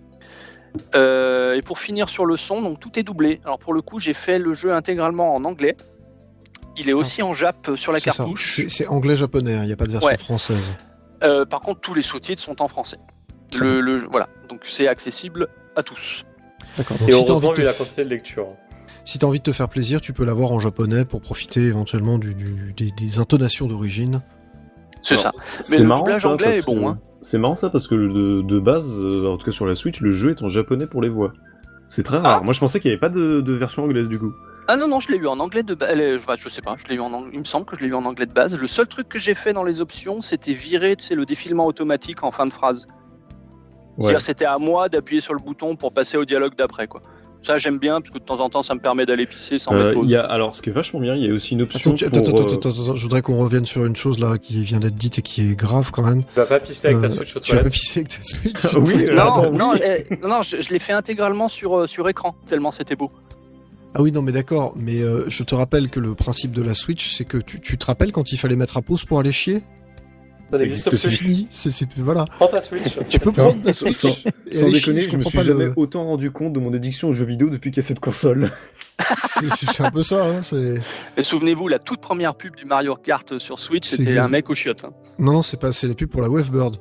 Et pour finir sur le son, donc tout est doublé. Alors pour le coup, j'ai fait le jeu intégralement en anglais. Il est aussi en jap sur la cartouche. C'est anglais-japonais, il n'y a pas de version française. Par contre, tous les sous-titres sont en français. Voilà, donc c'est accessible à tous. D'accord. Et heureusement, il a continué de lecture. Si t'as envie de te faire plaisir, tu peux l'avoir en japonais pour profiter éventuellement des intonations d'origine. C'est ça. C'est Mais le marrant, doublage ça, anglais parce est bon. que- Hein. C'est marrant ça parce que de base, en tout cas sur la Switch, le jeu est en japonais pour les voix. C'est très rare. Ah. Moi je pensais qu'il n'y avait pas de version anglaise du coup. Ah non, je l'ai eu en anglais de base. Je sais pas, je l'ai eu il me semble que je l'ai eu en anglais de base. Le seul truc que j'ai fait dans les options, c'était virer le défilement automatique en fin de phrase. Ouais. C'est-à-dire c'était à moi d'appuyer sur le bouton pour passer au dialogue d'après, quoi. Ça j'aime bien parce que de temps en temps ça me permet d'aller pisser sans mettre pause. Alors ce qui est vachement bien, il y a aussi une option Attends, je voudrais qu'on revienne sur une chose là qui vient d'être dite et qui est grave quand même. Tu vas pas pisser avec ta Switch aux Tu vas pas toilettes. pisser avec ta Switch. Oui, Non, je l'ai fait intégralement sur écran, tellement c'était beau. Ah oui, non, mais d'accord, mais je te rappelle que le principe de la Switch, c'est que tu te rappelles quand il fallait mettre à pause pour aller chier? Ça n'existe existe C'est plus. fini, voilà. Prends ta Switch. Tu peux prendre ta Switch Sans et aller déconner, chier, je me comprends suis pas jamais autant rendu compte de mon addiction aux jeux vidéo depuis qu'il y a cette console. C'est un peu ça, hein, c'est... Et souvenez-vous, la toute première pub du Mario Kart sur Switch, C'est c'était exact. un mec au chiottes. Hein. Non, c'est la pub pour la Wavebird.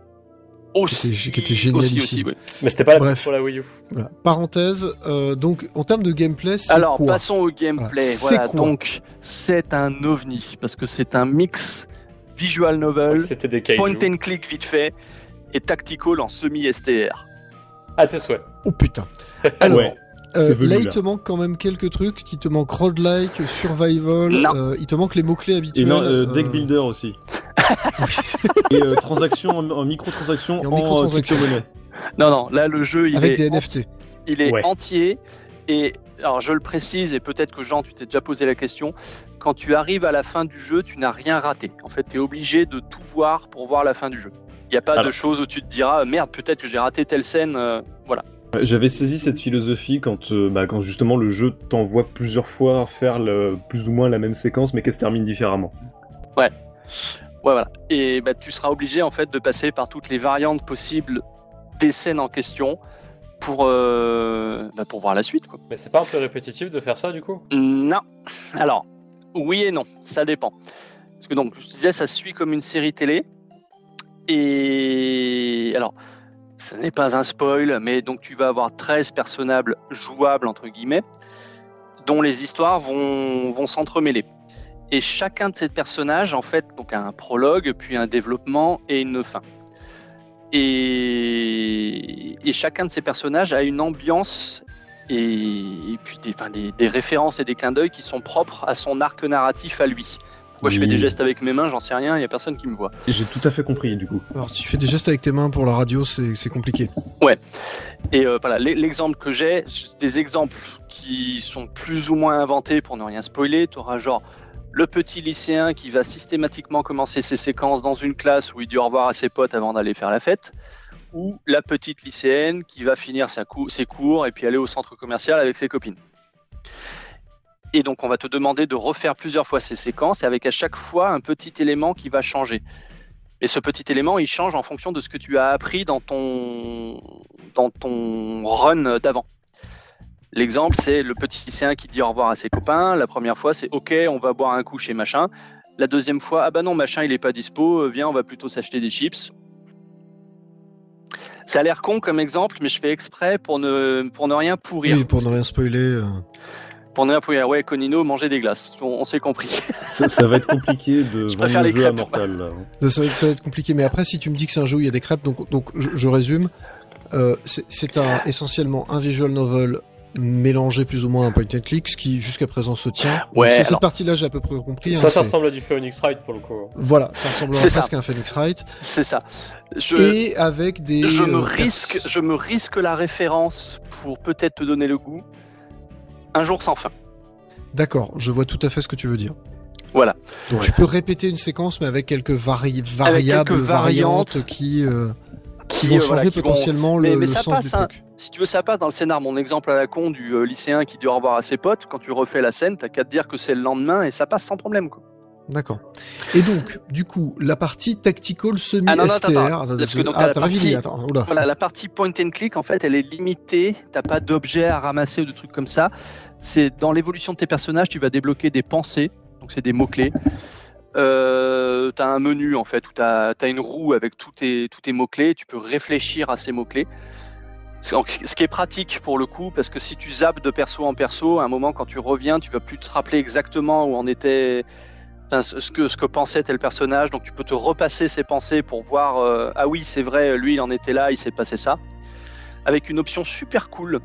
Aussi, qui était génialissime. aussi, ouais. Mais c'était pas la Bref. pour la Wii U. Voilà. Parenthèse, donc en termes de gameplay, c'est Alors, quoi? passons au gameplay. Voilà. Voilà, C'est quoi donc, c'est un ovni, parce que c'est un mix visual novel, C'était des kaiju. point and click vite fait, et tactical en semi-STR. À tes souhaits. Oh putain. Alors, Ouais, c'est velu, là, il là. te manque quand même quelques trucs. Il te manque roguelike, survival, Non. il te manque les mots-clés Et habituels. non, deck builder aussi. Oui. Et transactions en microtransactions Et en en microtransactions. crypto-monnaie. Non, là, le jeu, Avec des NFT. Il est Ouais. entier. Et alors, je le précise, et peut-être que Jean, tu t'es déjà posé la question. Quand tu arrives à la fin du jeu, tu n'as rien raté. En fait, tu es obligé de tout voir pour voir la fin du jeu. Il n'y a pas de Alors. choses où tu te diras merde, peut-être que j'ai raté telle scène. Voilà. J'avais saisi cette philosophie quand justement le jeu t'envoie plusieurs fois faire plus ou moins la même séquence mais qu'elle se termine différemment. Ouais, voilà. Et tu seras obligé en fait de passer par toutes les variantes possibles des scènes en question pour voir la suite, quoi. Mais c'est pas un peu répétitif de faire ça du coup? Non. Alors, oui et non, ça dépend. Parce que donc, je disais, ça se suit comme une série télé. Et alors, ce n'est pas un spoil, mais donc tu vas avoir 13 personnages jouables, entre guillemets, dont les histoires vont s'entremêler. Et chacun de ces personnages, en fait, donc a un prologue, puis un développement et une fin. Et chacun de ces personnages a une ambiance et puis des références et des clins d'œil qui sont propres à son arc narratif à lui. Pourquoi je fais Oui. des gestes avec mes mains, j'en sais rien, il n'y a personne qui me voit. Et j'ai tout à fait compris du coup. Alors, si tu fais des gestes avec tes mains pour la radio, c'est compliqué. Et voilà, l'exemple que j'ai, c'est des exemples qui sont plus ou moins inventés pour ne rien spoiler. Tu auras genre le petit lycéen qui va systématiquement commencer ses séquences dans une classe où il dit au revoir à ses potes avant d'aller faire la fête, ou la petite lycéenne qui va finir ses cours et puis aller au centre commercial avec ses copines. Et donc on va te demander de refaire plusieurs fois ces séquences avec à chaque fois un petit élément qui va changer. Et ce petit élément, il change en fonction de ce que tu as appris dans ton run d'avant. L'exemple, c'est le petit lycéen qui dit au revoir à ses copains. La première fois, c'est OK, on va boire un coup chez machin. La deuxième fois, ah bah non, machin, il est pas dispo, viens, on va plutôt s'acheter des chips. Ça a l'air con comme exemple, mais je fais exprès pour ne rien pourrir. Oui, pour ne rien spoiler. Pour ne rien pourrir, ouais, Conino, manger des glaces, on s'est compris. Ça va être compliqué de Je vendre préfère le les jeu à crêpes. Mortal. Là. Ça va être compliqué, mais après, si tu me dis que c'est un jeu où il y a des crêpes, donc je résume. C'est essentiellement un visual novel mélangé plus ou moins à un point and click, ce qui jusqu'à présent se tient. Ouais, Donc, alors- cette partie-là, j'ai à peu près compris. Ça, hein, ça c'est- ressemble à du Phoenix Wright pour le coup. Voilà, ça ressemble C'est ça. presque à un Phoenix Wright. C'est ça. Et avec des. Je me pers- risque la référence pour peut-être te donner le goût. Un jour sans fin. D'accord, je vois tout à fait ce que tu veux dire. Voilà. Donc tu peux répéter une séquence, mais avec quelques variables, quelques variantes variantes qui vont changer voilà, qui vont- potentiellement mais le ça sens passe, du hein. truc. Si tu veux, ça passe dans le scénar. Mon exemple à la con du lycéen qui dit au revoir à ses potes, quand tu refais la scène, t'as qu'à te dire que c'est le lendemain et ça passe sans problème, quoi. D'accord. Et donc, du coup, la partie tactical Ah non, non, semi-STR. attends, parce que donc, à la t'as pas fini, partie- attends, oula. Voilà, la partie point and click, en fait, elle est limitée. T'as pas d'objets à ramasser ou de trucs comme ça. C'est dans l'évolution de tes personnages, tu vas débloquer des pensées. Donc, c'est des mots-clés. T'as un menu, en fait, où t'as une roue avec tous tes mots-clés. Tu peux réfléchir à ces mots-clés. Ce qui est pratique pour le coup, parce que si tu zappes de perso en perso, à un moment quand tu reviens, tu vas plus te rappeler exactement où en était, enfin, ce que pensait tel personnage, donc tu peux te repasser ses pensées pour voir, ah oui c'est vrai, lui il en était là, il s'est passé ça. Avec une option super cool,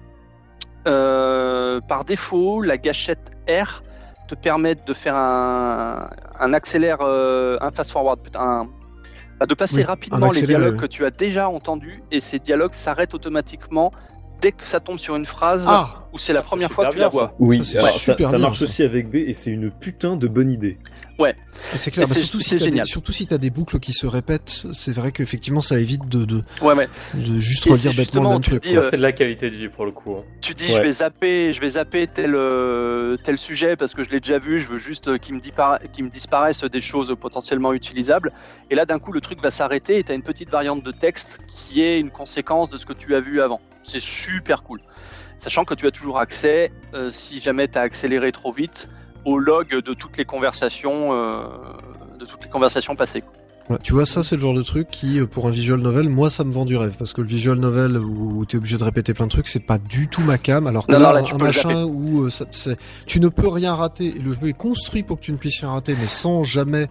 par défaut, la gâchette R te permet de faire un accélère, un fast forward, de passer rapidement les dialogues que tu as déjà entendus, et ces dialogues s'arrêtent automatiquement dès que ça tombe sur une phrase où c'est la première fois que tu la vois. Oui, ça marche aussi avec B, et c'est une putain de bonne idée. Ouais. C'est clair, surtout si t'as des boucles qui se répètent, c'est vrai qu'effectivement ça évite de juste relire bêtement le même truc. Ça, c'est de la qualité de vie pour le coup. Tu dis je vais zapper tel sujet parce que je l'ai déjà vu, je veux juste qu'il me disparaissent des choses potentiellement utilisables, et là d'un coup le truc va s'arrêter et t'as une petite variante de texte qui est une conséquence de ce que tu as vu avant. C'est super cool. Sachant que tu as toujours accès, si jamais t'as accéléré trop vite, au log de toutes les conversations passées. Ouais, tu vois, ça c'est le genre de truc qui, pour un visual novel, moi ça me vend du rêve, parce que le visual novel où t'es obligé de répéter plein de trucs, c'est pas du tout ma came, alors que là un machin où tu ne peux rien rater, et le jeu est construit pour que tu ne puisses rien rater, mais sans jamais,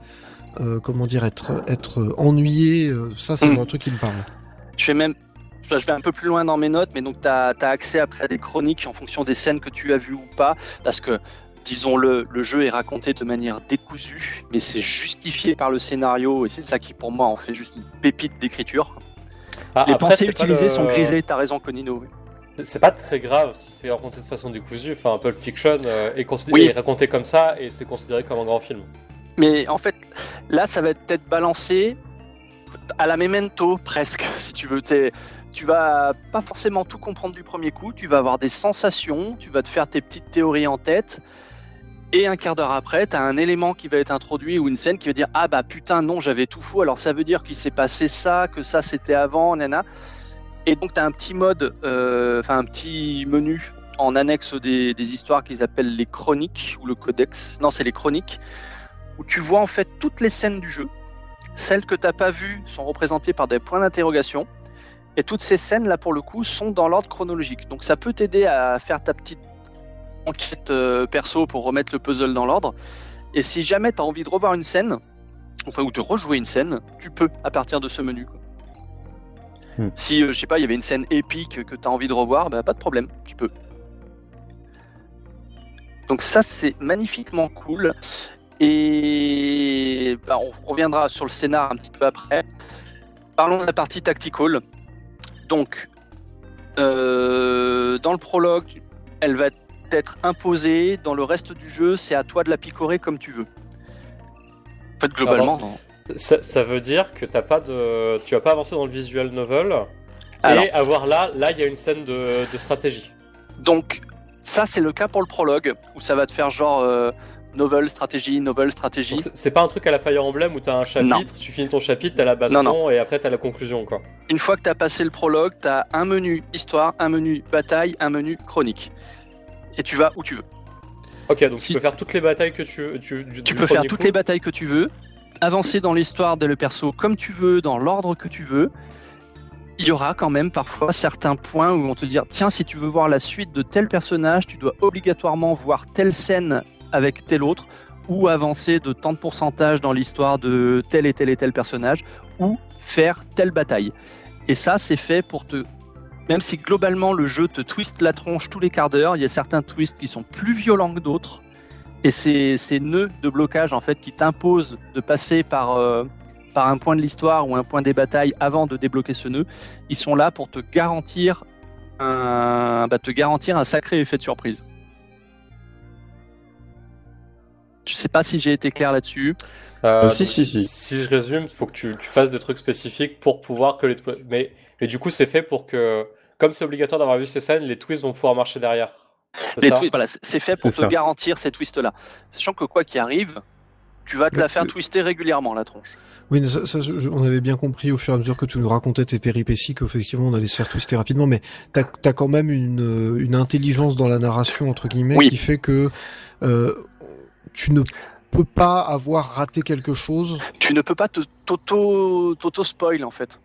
être ennuyé, ça c'est le genre de truc qui me parle. Je vais un peu plus loin dans mes notes, mais donc t'as accès après à des chroniques en fonction des scènes que tu as vues ou pas, parce que disons-le, le jeu est raconté de manière décousue, mais c'est justifié par le scénario, et c'est ça qui, pour moi, en fait juste une pépite d'écriture. Les pensées utilisées sont grisées, t'as raison, Conino. C'est pas très grave si c'est raconté de façon décousue. Enfin, Pulp Fiction est raconté comme ça, et c'est considéré comme un grand film. Mais en fait, là, ça va être balancé à la Memento, presque, si tu veux. Tu vas pas forcément tout comprendre du premier coup, tu vas avoir des sensations, tu vas te faire tes petites théories en tête, et un quart d'heure après, tu as un élément qui va être introduit ou une scène qui va dire « Ah bah putain, non, j'avais tout faux, alors ça veut dire qu'il s'est passé ça, que ça c'était avant, nana. » Et donc tu as un petit mode, un petit menu en annexe des histoires qu'ils appellent les chroniques, ou le codex, non c'est les chroniques, où tu vois en fait toutes les scènes du jeu. Celles que tu n'as pas vues sont représentées par des points d'interrogation, et toutes ces scènes là pour le coup sont dans l'ordre chronologique. Donc ça peut t'aider à faire ta petite enquête perso pour remettre le puzzle dans l'ordre. Et si jamais tu as envie de revoir une scène, ou de rejouer une scène, tu peux à partir de ce menu. Si je sais pas, il y avait une scène épique que tu as envie de revoir, bah, pas de problème, tu peux. Donc ça c'est magnifiquement cool. Et on reviendra sur le scénar un petit peu après. Parlons de la partie tactical. Donc, dans le prologue, elle va être imposée. Dans le reste du jeu, c'est à toi de la picorer comme tu veux. En fait, globalement... Alors, ça veut dire que tu vas pas avancer dans le visual novel et avoir là, il y a une scène de stratégie. Donc, ça, c'est le cas pour le prologue, où ça va te faire genre... novel stratégie. Donc, c'est pas un truc à la Fire Emblem où t'as un chapitre, tu finis ton chapitre, t'as la baston et après t'as la conclusion quoi. Une fois que t'as passé le prologue, t'as un menu histoire, un menu bataille, un menu chronique. Et tu vas où tu veux. Ok, donc tu peux faire toutes les batailles que tu veux. Tu peux faire toutes les batailles que tu veux, avancer dans l'histoire de le perso comme tu veux, dans l'ordre que tu veux. Il y aura quand même parfois certains points où on te dit tiens, si tu veux voir la suite de tel personnage, tu dois obligatoirement voir telle scène avec tel autre, ou avancer de tant de pourcentage dans l'histoire de tel et tel et tel personnage, ou faire telle bataille. Et ça, c'est fait pour te... Même si globalement le jeu te twiste la tronche tous les quarts d'heure, il y a certains twists qui sont plus violents que d'autres, et ces nœuds de blocage en fait qui t'imposent de passer par un point de l'histoire ou un point des batailles avant de débloquer ce nœud, ils sont là pour te garantir un sacré effet de surprise. Je sais pas si j'ai été clair là-dessus. Si je résume, il faut que tu fasses des trucs spécifiques pour pouvoir que les... Mais du coup, c'est fait pour que, comme c'est obligatoire d'avoir vu ces scènes, les twists vont pouvoir marcher derrière. C'est fait pour te garantir ces twists-là. Sachant que quoi qu'il arrive, tu vas te la faire twister régulièrement, la tronche. Oui, on avait bien compris au fur et à mesure que tu nous racontais tes péripéties qu'effectivement on allait se faire twister rapidement, mais t'as quand même une intelligence dans la narration, entre guillemets, qui fait que tu ne peux pas avoir raté quelque chose. Tu ne peux pas t'auto-spoil, en fait.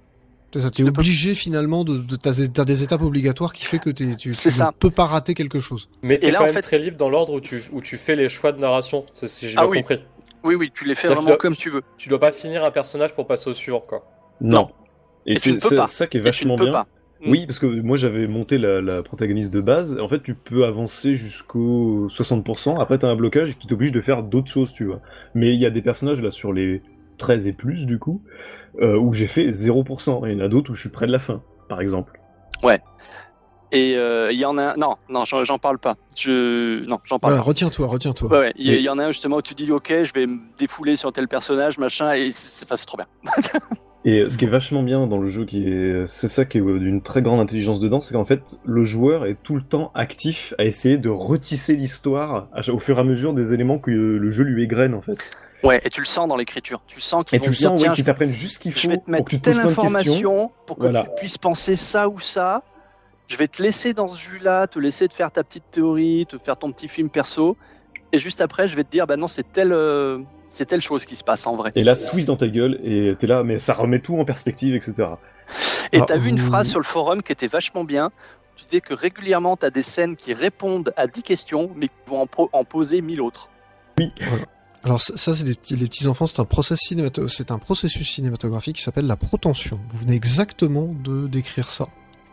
C'est ça, t'es obligé finalement t'as des étapes obligatoires qui fait que tu ne peux pas rater quelque chose. Mais t'es quand même très libre dans l'ordre où tu fais les choix de narration, si j'ai bien compris. Oui, tu les fais vraiment comme tu veux. Tu dois pas finir un personnage pour passer au suivant, quoi. Non. Et tu ne peux pas. Ça qui est vachement bien. Oui, parce que moi j'avais monté la protagoniste de base. En fait, tu peux avancer jusqu'au 60%. Après, t'as un blocage qui t'oblige de faire d'autres choses, tu vois. Mais il y a des personnages là sur les 13 et plus, du coup, où j'ai fait 0%. Et il y en a d'autres où je suis près de la fin, par exemple. Ouais. Et il y en a un... Non, j'en parle pas. Non, j'en parle pas. Retiens-toi. Ouais. Il y en a un justement où tu dis ok, je vais me défouler sur tel personnage, machin, et c'est trop bien. Et ce qui est vachement bien dans le jeu, c'est ça qui est d'une très grande intelligence dedans, c'est qu'en fait, le joueur est tout le temps actif à essayer de retisser l'histoire au fur et à mesure des éléments que le jeu lui égrène, en fait. Ouais, et tu le sens dans l'écriture. Tu sens qu'ils vont dire, tiens, qu'ils t'apprennent juste ce qu'il faut je vais te mettre pour que tu te poses telle plein de questions. information pour que tu puisses penser ça ou ça. Je vais te laisser dans ce jus-là, te laisser te faire ta petite théorie, te faire ton petit film perso. Et juste après, je vais te dire, bah non, c'est telle chose qui se passe en vrai. Et là, twist dans ta gueule, et t'es là, mais ça remet tout en perspective, etc. Et t'as vu une phrase sur le forum qui était vachement bien. Tu disais que régulièrement, t'as des scènes qui répondent à 10 questions, mais qui vont en poser 1000 autres. Oui. Voilà. Alors ça, c'est les petits enfants, c'est un processus cinématographique qui s'appelle la protension. Vous venez exactement de décrire ça.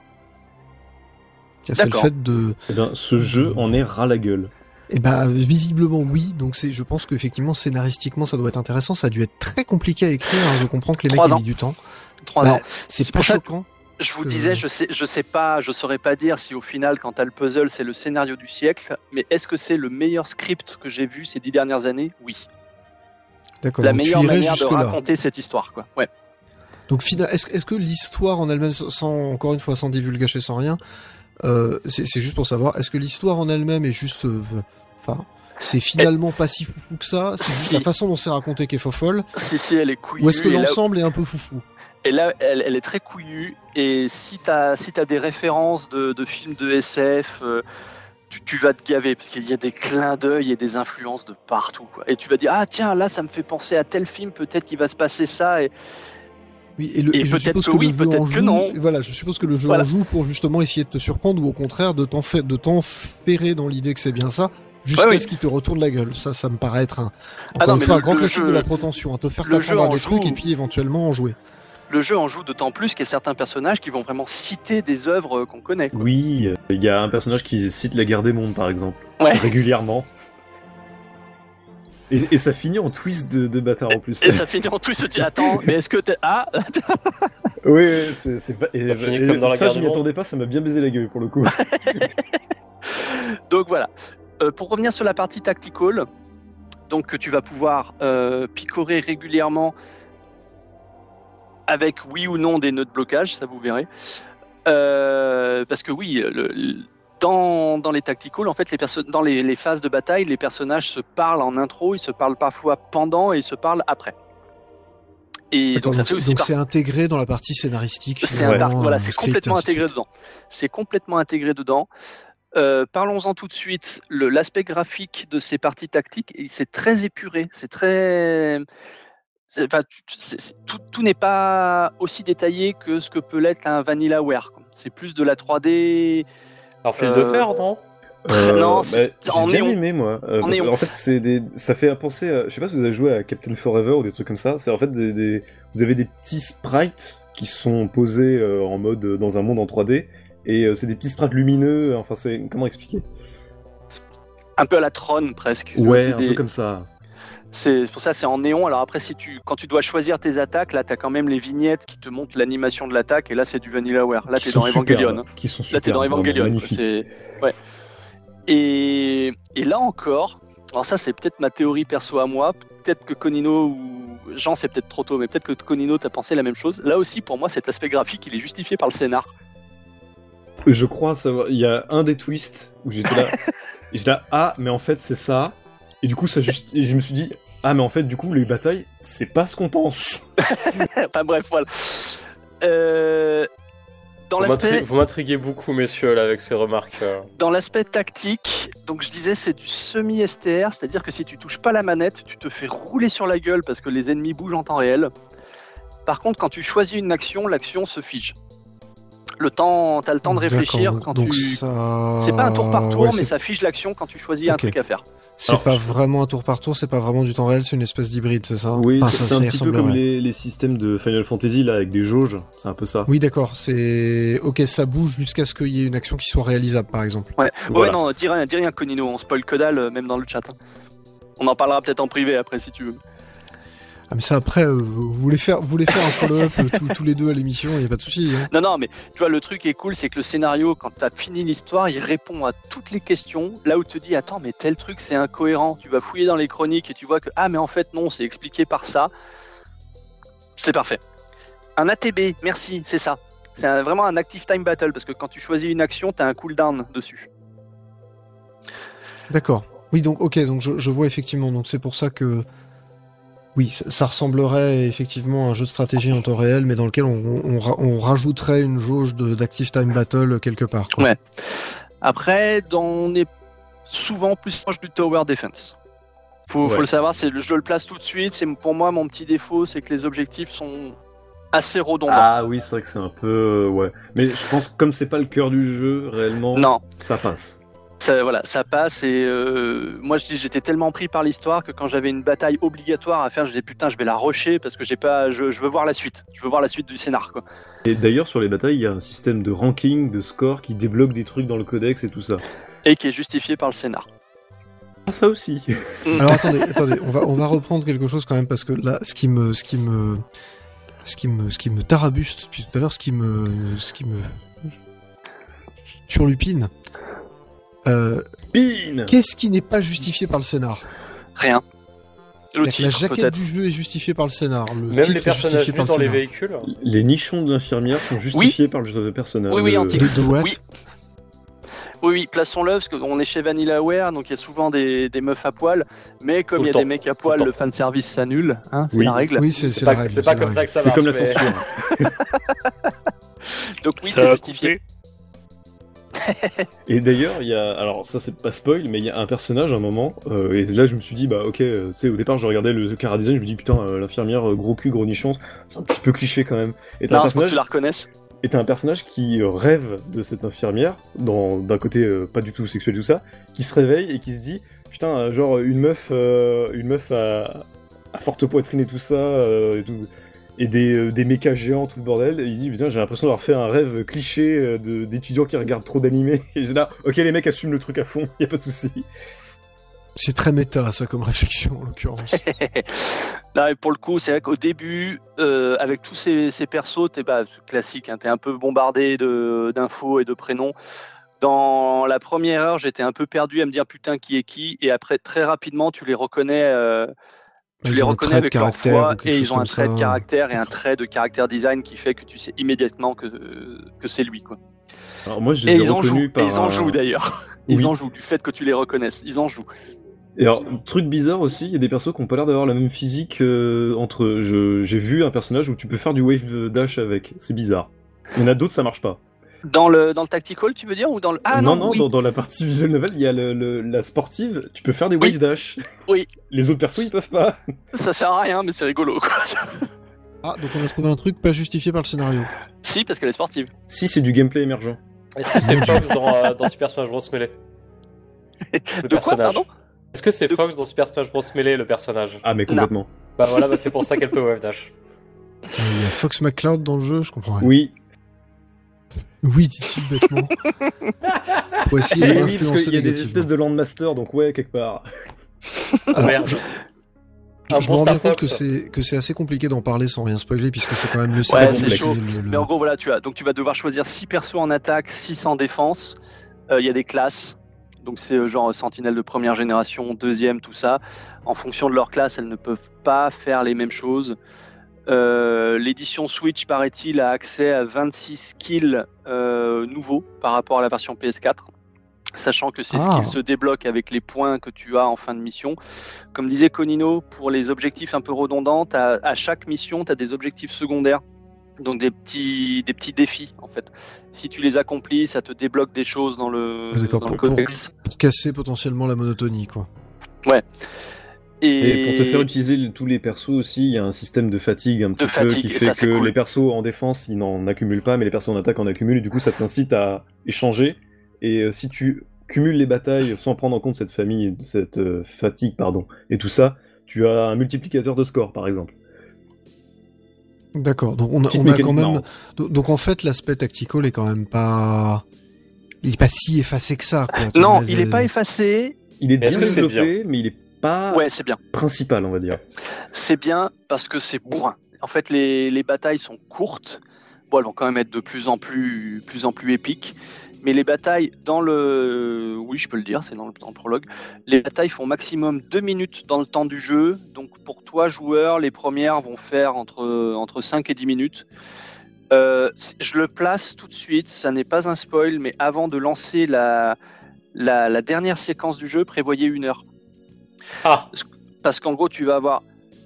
C'est le fait de... Eh bien, ce jeu en est ras la gueule. Eh ben, visiblement oui, donc je pense qu'effectivement scénaristiquement ça doit être intéressant, ça a dû être très compliqué à écrire, hein. Je comprends que les mecs aient mis du temps. 3 ans. C'est pas choquant. Je vous disais, je saurais pas dire si au final, quand t'as le puzzle, c'est le scénario du siècle, mais est-ce que c'est le meilleur script que j'ai vu ces 10 dernières années ? Oui. D'accord. La meilleure manière de raconter cette histoire, quoi. Ouais. Donc est-ce que l'histoire en elle-même, encore une fois, sans divulgacher, sans rien, c'est juste pour savoir, est-ce que l'histoire en elle-même est juste, c'est finalement pas si foufou que ça, c'est juste la façon dont c'est raconté qui est folle. Si, elle est couillue. Ou est-ce que l'ensemble est un peu foufou ? Et là, elle est très couillue, et si t'as des références de films de SF, tu vas te gaver, parce qu'il y a des clins d'œil et des influences de partout, quoi. Et tu vas dire, ah tiens, là ça me fait penser à tel film, peut-être qu'il va se passer ça, et... Oui, et je suppose que oui, peut-être que non. Voilà, je suppose que le jeu en joue pour justement essayer de te surprendre ou au contraire de t'enferrer dans l'idée que c'est bien ça, jusqu'à ce qu'il te retourne la gueule. Ça me paraît être un grand classique de la protention, te faire t'attendre à des trucs et puis éventuellement en jouer. Le jeu en joue d'autant plus qu'il y a certains personnages qui vont vraiment citer des œuvres qu'on connaît, quoi. Oui, il y a un personnage qui cite la guerre des mondes par exemple, régulièrement. Et ça finit en twist de bâtard en plus. Et ça finit en twist, tu dis attends, mais est-ce que t'es... Ah Oui, c'est pas... comme dans la ça je m'y attendais pas, ça m'a bien baisé la gueule pour le coup. Donc voilà. Pour revenir sur la partie tactical, donc tu vas pouvoir picorer régulièrement avec oui ou non des nœuds de blocage, ça vous verrez. Parce que oui, dans les tacticals, en fait, dans les phases de bataille, les personnages se parlent en intro, ils se parlent parfois pendant et ils se parlent après. Et donc c'est intégré dans la partie scénaristique. C'est complètement intégré dedans. C'est complètement intégré dedans. Parlons-en tout de suite. L'aspect graphique de ces parties tactiques, c'est très épuré. C'est très... tout n'est pas aussi détaillé que ce que peut l'être un VanillaWare. C'est plus de la 3D. Alors fil de fer, non non, j'ai bien aimé moi. En fait, ça fait penser à... Je sais pas si vous avez joué à Captain Forever ou des trucs comme ça. C'est en fait vous avez des petits sprites qui sont posés en mode dans un monde en 3D et c'est des petits sprites lumineux. Enfin, comment expliquer ? Un peu à la Tron presque. Ouais, un peu comme ça. C'est pour ça c'est en néon. Alors après, quand tu dois choisir tes attaques, là t'as quand même les vignettes qui te montrent l'animation de l'attaque, et là c'est du VanillaWare. Là t'es dans Evangelion. Là t'es dans Evangelion. Ouais. Et là encore, alors ça c'est peut-être ma théorie perso à moi. Peut-être que Konino ou Jean, c'est peut-être trop tôt, mais peut-être que Konino t'as pensé la même chose. Là aussi pour moi cet aspect graphique il est justifié par le scénar. Je crois savoir. Il y a un des twists où j'étais là, ah mais en fait c'est ça. Et du coup, et je me suis dit, ah mais en fait, du coup, les batailles, c'est pas ce qu'on pense. Enfin bref, voilà. Vous m'intriguez beaucoup, messieurs, là, avec ces remarques. Dans l'aspect tactique, donc je disais, c'est du semi-STR, c'est-à-dire que si tu touches pas la manette, tu te fais rouler sur la gueule parce que les ennemis bougent en temps réel. Par contre, quand tu choisis une action, l'action se fige. T'as le temps de réfléchir D'accord, quand donc tu. ça... C'est pas un tour par tour, Ouais, mais c'est- ça fige l'action quand tu choisis un Ok. truc à faire. C'est Alors, pas je- vraiment un tour par tour, c'est pas vraiment du temps réel, c'est une espèce d'hybride, c'est ça? Oui, Enfin, c'est ça un y petit peu comme ressemblerait. les systèmes de Final Fantasy là avec des jauges, c'est un peu ça. Oui, d'accord, c'est... Ok, ça bouge jusqu'à ce qu'il y ait une action qui soit réalisable, par exemple. Ouais, Voilà. non, dis rien, Conino, on spoil que dalle, même dans le chat. Hein. On en parlera peut-être en privé après si tu veux. Ah, mais ça, après, vous voulez faire un follow-up tous les deux à l'émission, y a pas de souci. Hein. Non, mais tu vois, le truc qui est cool, c'est que le scénario, quand t'as fini l'histoire, il répond à toutes les questions. Là où tu te dis, attends, mais tel truc, c'est incohérent. Tu vas fouiller dans les chroniques et tu vois que, ah, mais en fait, non, c'est expliqué par ça. C'est parfait. Un ATB, merci, c'est ça. C'est vraiment un Active Time Battle, parce que quand tu choisis une action, t'as un cooldown dessus. D'accord. Oui, donc, ok, donc je vois effectivement, donc c'est pour ça que... Oui, ça ressemblerait effectivement à un jeu de stratégie en temps réel, mais dans lequel on rajouterait une jauge d'Active Time Battle quelque part. Quoi. Ouais. Après, on est souvent plus proche du Tower Defense. Faut le savoir, je le place tout de suite. C'est pour moi mon petit défaut, c'est que les objectifs sont assez redondants. Ah oui, c'est vrai que c'est un peu ouais. Mais je pense que comme c'est pas le cœur du jeu réellement, Non, ça passe. ça passe et moi j'étais tellement pris par l'histoire que quand j'avais une bataille obligatoire à faire, je disais putain, je vais la rusher parce que je veux voir la suite. Je veux voir la suite du scénar quoi. Et d'ailleurs sur les batailles, il y a un système de ranking, de score qui débloque des trucs dans le codex et tout ça. Et qui est justifié par le scénar. Ah, ça aussi. Alors attendez, on va reprendre quelque chose quand même parce que là, ce qui me tarabuste depuis tout à l'heure, ce qui me turlupine. Pin. Qu'est-ce qui n'est pas justifié par le scénar? Rien. Le C'est-à-dire que la titre jaquette peut-être. du jeu est justifiée par le scénar. Le Même titre les est personnages justifié vus par le dans les scénar. véhicules. Les nichons d'infirmières sont justifiés par le jeu de personnage. Oui, en titre. De what? Oui, plaçons-le, parce qu'on est chez Vanillaware, donc il y a souvent des meufs à poil, mais comme Tout il y a le des temps. mecs à Tout poil, le le fanservice s'annule, hein, c'est Oui. la règle. Oui, c'est C'est la pas, règle. c'est pas c'est comme la ça règle. que ça C'est marche. comme la mais- censure. Donc oui, Ça c'est a justifié. coupé. Et d'ailleurs, il y a, alors ça c'est pas spoil, mais il y a un personnage à un moment, et là je me suis dit, bah ok, tu sais, au départ je regardais le Cara Design, je me dis putain, l'infirmière gros cul, gros nichon, c'est un petit peu cliché quand même. Et t'as un Non, faut que personnage, tu la reconnaisses. et t'as un personnage qui rêve de cette infirmière, d'un côté pas du tout sexuel tout ça, qui se réveille et qui se dit, putain, genre une meuf à forte poitrine et tout ça, et des mechas géants, tout le bordel, et il dit, putain, j'ai l'impression d'avoir fait un rêve cliché d'étudiants qui regardent trop d'animés, et c'est là, ok, les mecs assument le truc à fond, y a pas de souci. C'est très méta, ça, comme réflexion, en l'occurrence. Là, et pour le coup, c'est vrai qu'au début, avec tous ces persos, t'es classique, hein, t'es un peu bombardé d'infos et de prénoms. Dans la première heure, j'étais un peu perdu à me dire putain qui est qui, et après très rapidement, tu les reconnais. Tu les Ils ont un reconnais trait de avec leur caractère voix ou quelque et chose ils ont un comme trait ça. de caractère et un trait de caractère design qui fait que tu sais immédiatement que c'est lui quoi. Alors moi, je Et les ai ils en jouent, reconnus par... et ils en jouent d'ailleurs. Ils Oui. en jouent du fait que tu les reconnaisses. Ils en jouent. Et alors, truc bizarre aussi, il y a des persos qui ont pas l'air d'avoir la même physique entre... J'ai vu un personnage où tu peux faire du wave dash avec, c'est bizarre. Il y en a d'autres, ça marche pas. Dans le tactical, tu veux dire ou dans le non, oui. dans la partie visual novel, il y a la sportive, tu peux faire des wave Oui. dash. Oui. Les autres persos, ils peuvent pas. Ça sert à rien, mais c'est rigolo quoi. Ah, donc on a trouvé un truc pas justifié par le scénario. Si, parce qu'elle est sportive. Si, c'est du gameplay émergent. Est-ce que c'est Fox dans Super Smash Bros. Melee? Le De quoi, personnage. pardon? Est-ce que c'est De- Fox dans Super Smash Bros. Melee, le personnage? Ah, mais complètement. Bah voilà, c'est pour ça qu'elle peut wave dash. Putain, il y a Fox McCloud dans le jeu, je comprends rien. Oui, Oui, dit-il bêtement. Pour essayer de oui, parce l'influencer qu'il y a des négativement. espèces de Landmaster, donc ouais, quelque part. Alors, Merde. je Un me bon rends bien Star compte Fox. que c'est assez compliqué d'en parler sans rien spoiler, puisque c'est quand même le Ouais, scénario c'est qui chaud. est le- Mais en gros, voilà, tu vas devoir choisir 6 persos en attaque, 6 en défense. Il y a des classes. Donc c'est genre sentinelle de première génération, deuxième, tout ça. En fonction de leur classe, elles ne peuvent pas faire les mêmes choses. L'édition Switch, paraît-il, a accès à 26 skills nouveaux par rapport à la version PS4. Sachant que ces skills se débloquent avec les points que tu as en fin de mission. Comme disait Conino, pour les objectifs un peu redondants, à chaque mission, tu as des objectifs secondaires. Donc des petits défis en fait. Si tu les accomplis, ça te débloque des choses dans le D'accord, dans le pour- codex. pour casser potentiellement la monotonie, quoi. Et pour te faire utiliser tous les persos aussi, il y a un système de fatigue un petit peu qui fait que les persos en défense, ils n'en accumulent pas, mais les persos en attaque en accumulent, et du coup ça t'incite à échanger. Et si tu cumules les batailles sans prendre en compte cette fatigue, et tout ça, tu as un multiplicateur de score, par exemple. D'accord, donc on a quand même... Donc en fait, l'aspect tactical est quand même pas... Il est pas si effacé que ça, quoi. Non, il est pas effacé. Il est bien développé, mais il est pas c'est bien. Principal, on va dire. C'est bien parce que c'est bourrin. En fait, les batailles sont courtes. Bon, elles vont quand même être de plus en plus épiques. Mais les batailles oui, je peux le dire, c'est dans le prologue. Les batailles font maximum 2 minutes dans le temps du jeu. Donc pour toi, joueur, les premières vont faire entre 5 et 10 minutes. Je le place tout de suite, ça n'est pas un spoil, mais avant de lancer la dernière séquence du jeu, prévoyez 1 heure. Parce qu'en gros, tu vas avoir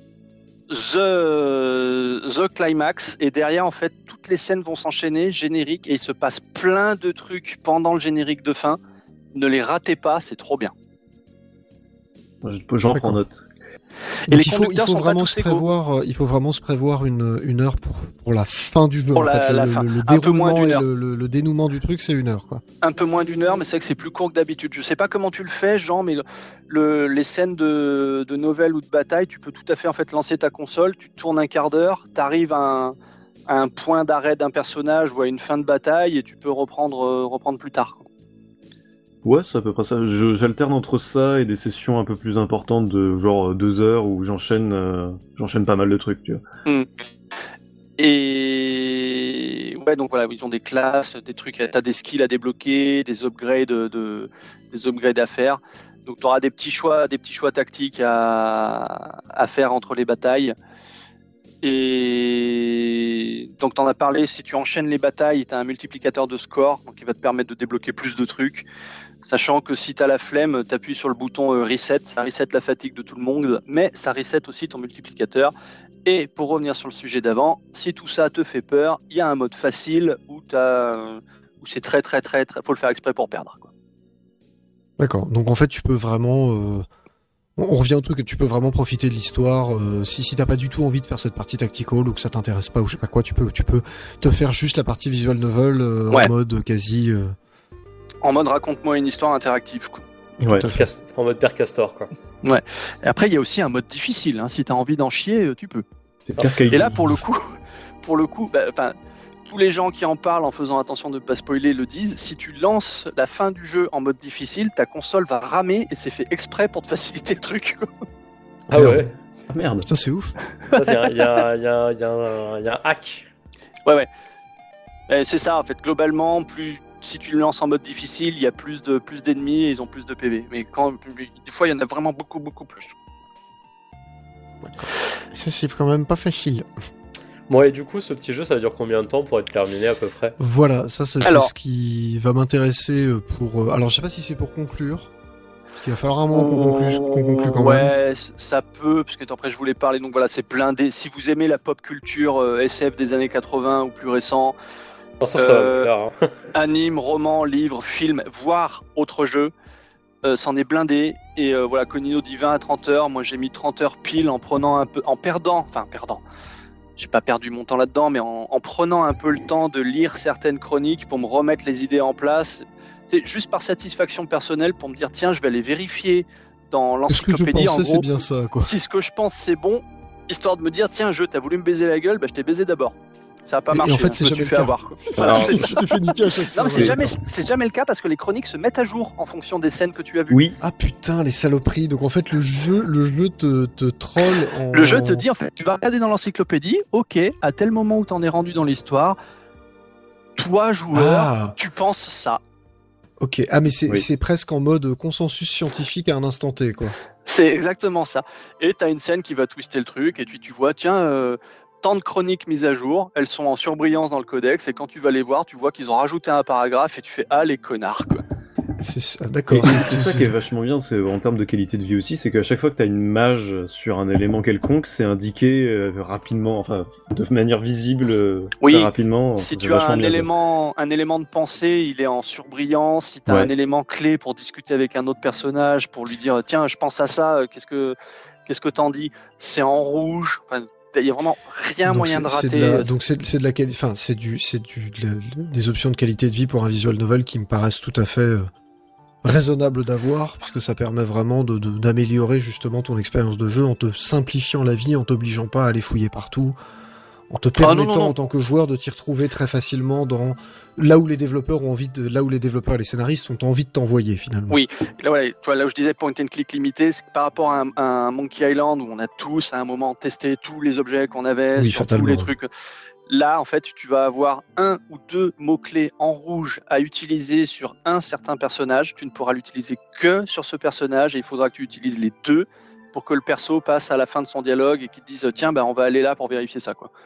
the climax, et derrière, en fait, toutes les scènes vont s'enchaîner, générique, et il se passe plein de trucs pendant le générique de fin. Ne les ratez pas, c'est trop bien. J'en prends note. Et donc il faut vraiment se prévoir une heure pour la fin du jeu. Pour la fin. Le déroulement et le dénouement du truc, c'est 1 heure, quoi. Un peu moins d'1 heure, mais c'est vrai que c'est plus court que d'habitude. Je sais pas comment tu le fais, Jean, mais les scènes de nouvelles ou de bataille, tu peux tout à fait en fait lancer ta console, tu tournes un quart d'heure, t'arrives à un point d'arrêt d'un personnage ou à une fin de bataille et tu peux reprendre plus tard, quoi. Ouais, c'est à peu près ça. J'alterne entre ça et des sessions un peu plus importantes de genre 2 heures où j'enchaîne pas mal de trucs, tu vois. Et ouais, donc voilà, ils ont des classes, des trucs, t'as des skills à débloquer, des upgrades à faire. Donc tu auras des petits choix tactiques à faire entre les batailles. Et donc t'en as parlé, si tu enchaînes les batailles, t'as un multiplicateur de score, donc il va te permettre de débloquer plus de trucs. Sachant que si t'as la flemme, t'appuies sur le bouton reset, ça reset la fatigue de tout le monde, mais ça reset aussi ton multiplicateur. Et pour revenir sur le sujet d'avant, si tout ça te fait peur, il y a un mode facile où c'est très, faut le faire exprès pour perdre, quoi. D'accord, donc en fait tu peux vraiment... On revient au truc que tu peux vraiment profiter de l'histoire. Si t'as pas du tout envie de faire cette partie tactical ou que ça t'intéresse pas ou je sais pas quoi, tu peux te faire juste la partie visual novel en mode quasi... En mode raconte-moi une histoire interactive, quoi. Ouais, en mode Père Castor, quoi. Ouais. Et après, il y a aussi un mode difficile, hein. Si t'as envie d'en chier, tu peux. Et là, pour le coup, tous les gens qui en parlent en faisant attention de ne pas spoiler le disent, si tu lances la fin du jeu en mode difficile, ta console va ramer et c'est fait exprès pour te faciliter le truc, quoi. Ah ouais. Ah merde. Ça c'est ouf. Il y a un hack. Ouais. C'est ça, en fait, globalement, si tu le lances en mode difficile, il y a plus d'ennemis et ils ont plus de PV. Mais des fois, il y en a vraiment beaucoup plus. Ça c'est quand même pas facile. Bon, et du coup, ce petit jeu, ça dure combien de temps pour être terminé à peu près ? Voilà, c'est ce qui va m'intéresser pour... Alors, je sais pas si c'est pour conclure, parce qu'il va falloir un moment qu'on conclue quand même. Ouais, ça peut, parce que après je voulais parler, donc voilà, c'est blindé. Si vous aimez la pop culture SF des années 80 ou plus récent, ça va me plaire, hein. Anime, roman, livre, film, voire autre jeu, c'en est blindé. Et voilà, Conino dit 20 à 30 heures, moi j'ai mis 30 heures pile en perdant. J'ai pas perdu mon temps là-dedans, mais en prenant un peu le temps de lire certaines chroniques pour me remettre les idées en place. C'est juste par satisfaction personnelle pour me dire tiens, je vais aller vérifier dans l'encyclopédie. Ce que je pensais, c'est bien ça, quoi. Si ce que je pense c'est bon, histoire de me dire tiens, t'as voulu me baiser la gueule, je t'ai baisé d'abord. Ça a pas marché. Et en fait, c'est jamais le cas. Tu t'es fait niquer à chaque fois. Non, c'est jamais le cas parce que les chroniques se mettent à jour en fonction des scènes que tu as vues. Oui. Ah putain, les saloperies. Donc en fait, le jeu te troll. Le jeu te dit en fait, tu vas regarder dans l'encyclopédie. Ok, à tel moment où t'en es rendu dans l'histoire, toi joueur, tu penses ça. Ok. Ah mais c'est presque en mode consensus scientifique à un instant T, quoi. C'est exactement ça. Et t'as une scène qui va twister le truc et puis tu vois, tiens. Tant de chroniques mises à jour, elles sont en surbrillance dans le codex et quand tu vas les voir, tu vois qu'ils ont rajouté un paragraphe et tu fais ah les connards, quoi. D'accord. C'est ça qui est vachement bien, c'est en termes de qualité de vie aussi, c'est qu'à chaque fois que tu as une mage sur un élément quelconque, c'est indiqué rapidement, enfin de manière visible très rapidement. Si tu as un élément de pensée, il est en surbrillance. Si tu as un élément clé pour discuter avec un autre personnage, pour lui dire tiens je pense à ça, qu'est-ce Qu'est-ce que t'en dis? C'est en rouge. Enfin, il y a vraiment rien moyen de rater. Donc c'est de la qualité, enfin des options de qualité de vie pour un visual novel qui me paraissent tout à fait raisonnable d'avoir, puisque ça permet vraiment d'améliorer justement ton expérience de jeu en te simplifiant la vie, en t'obligeant pas à aller fouiller partout, en te permettant en tant que joueur de t'y retrouver très facilement dans là où les développeurs et les scénaristes ont envie de t'envoyer finalement. Oui, là, voilà, tu vois, là où je disais point and click limité, c'est que par rapport à un Monkey Island où on a tous à un moment testé tous les objets qu'on avait, sur tous les trucs. Là, en fait, tu vas avoir 1 ou 2 mots-clés en rouge à utiliser sur un certain personnage. Tu ne pourras l'utiliser que sur ce personnage et il faudra que tu utilises les 2 pour que le perso passe à la fin de son dialogue et qu'il te dise « Tiens, on va aller là pour vérifier ça. » quoi.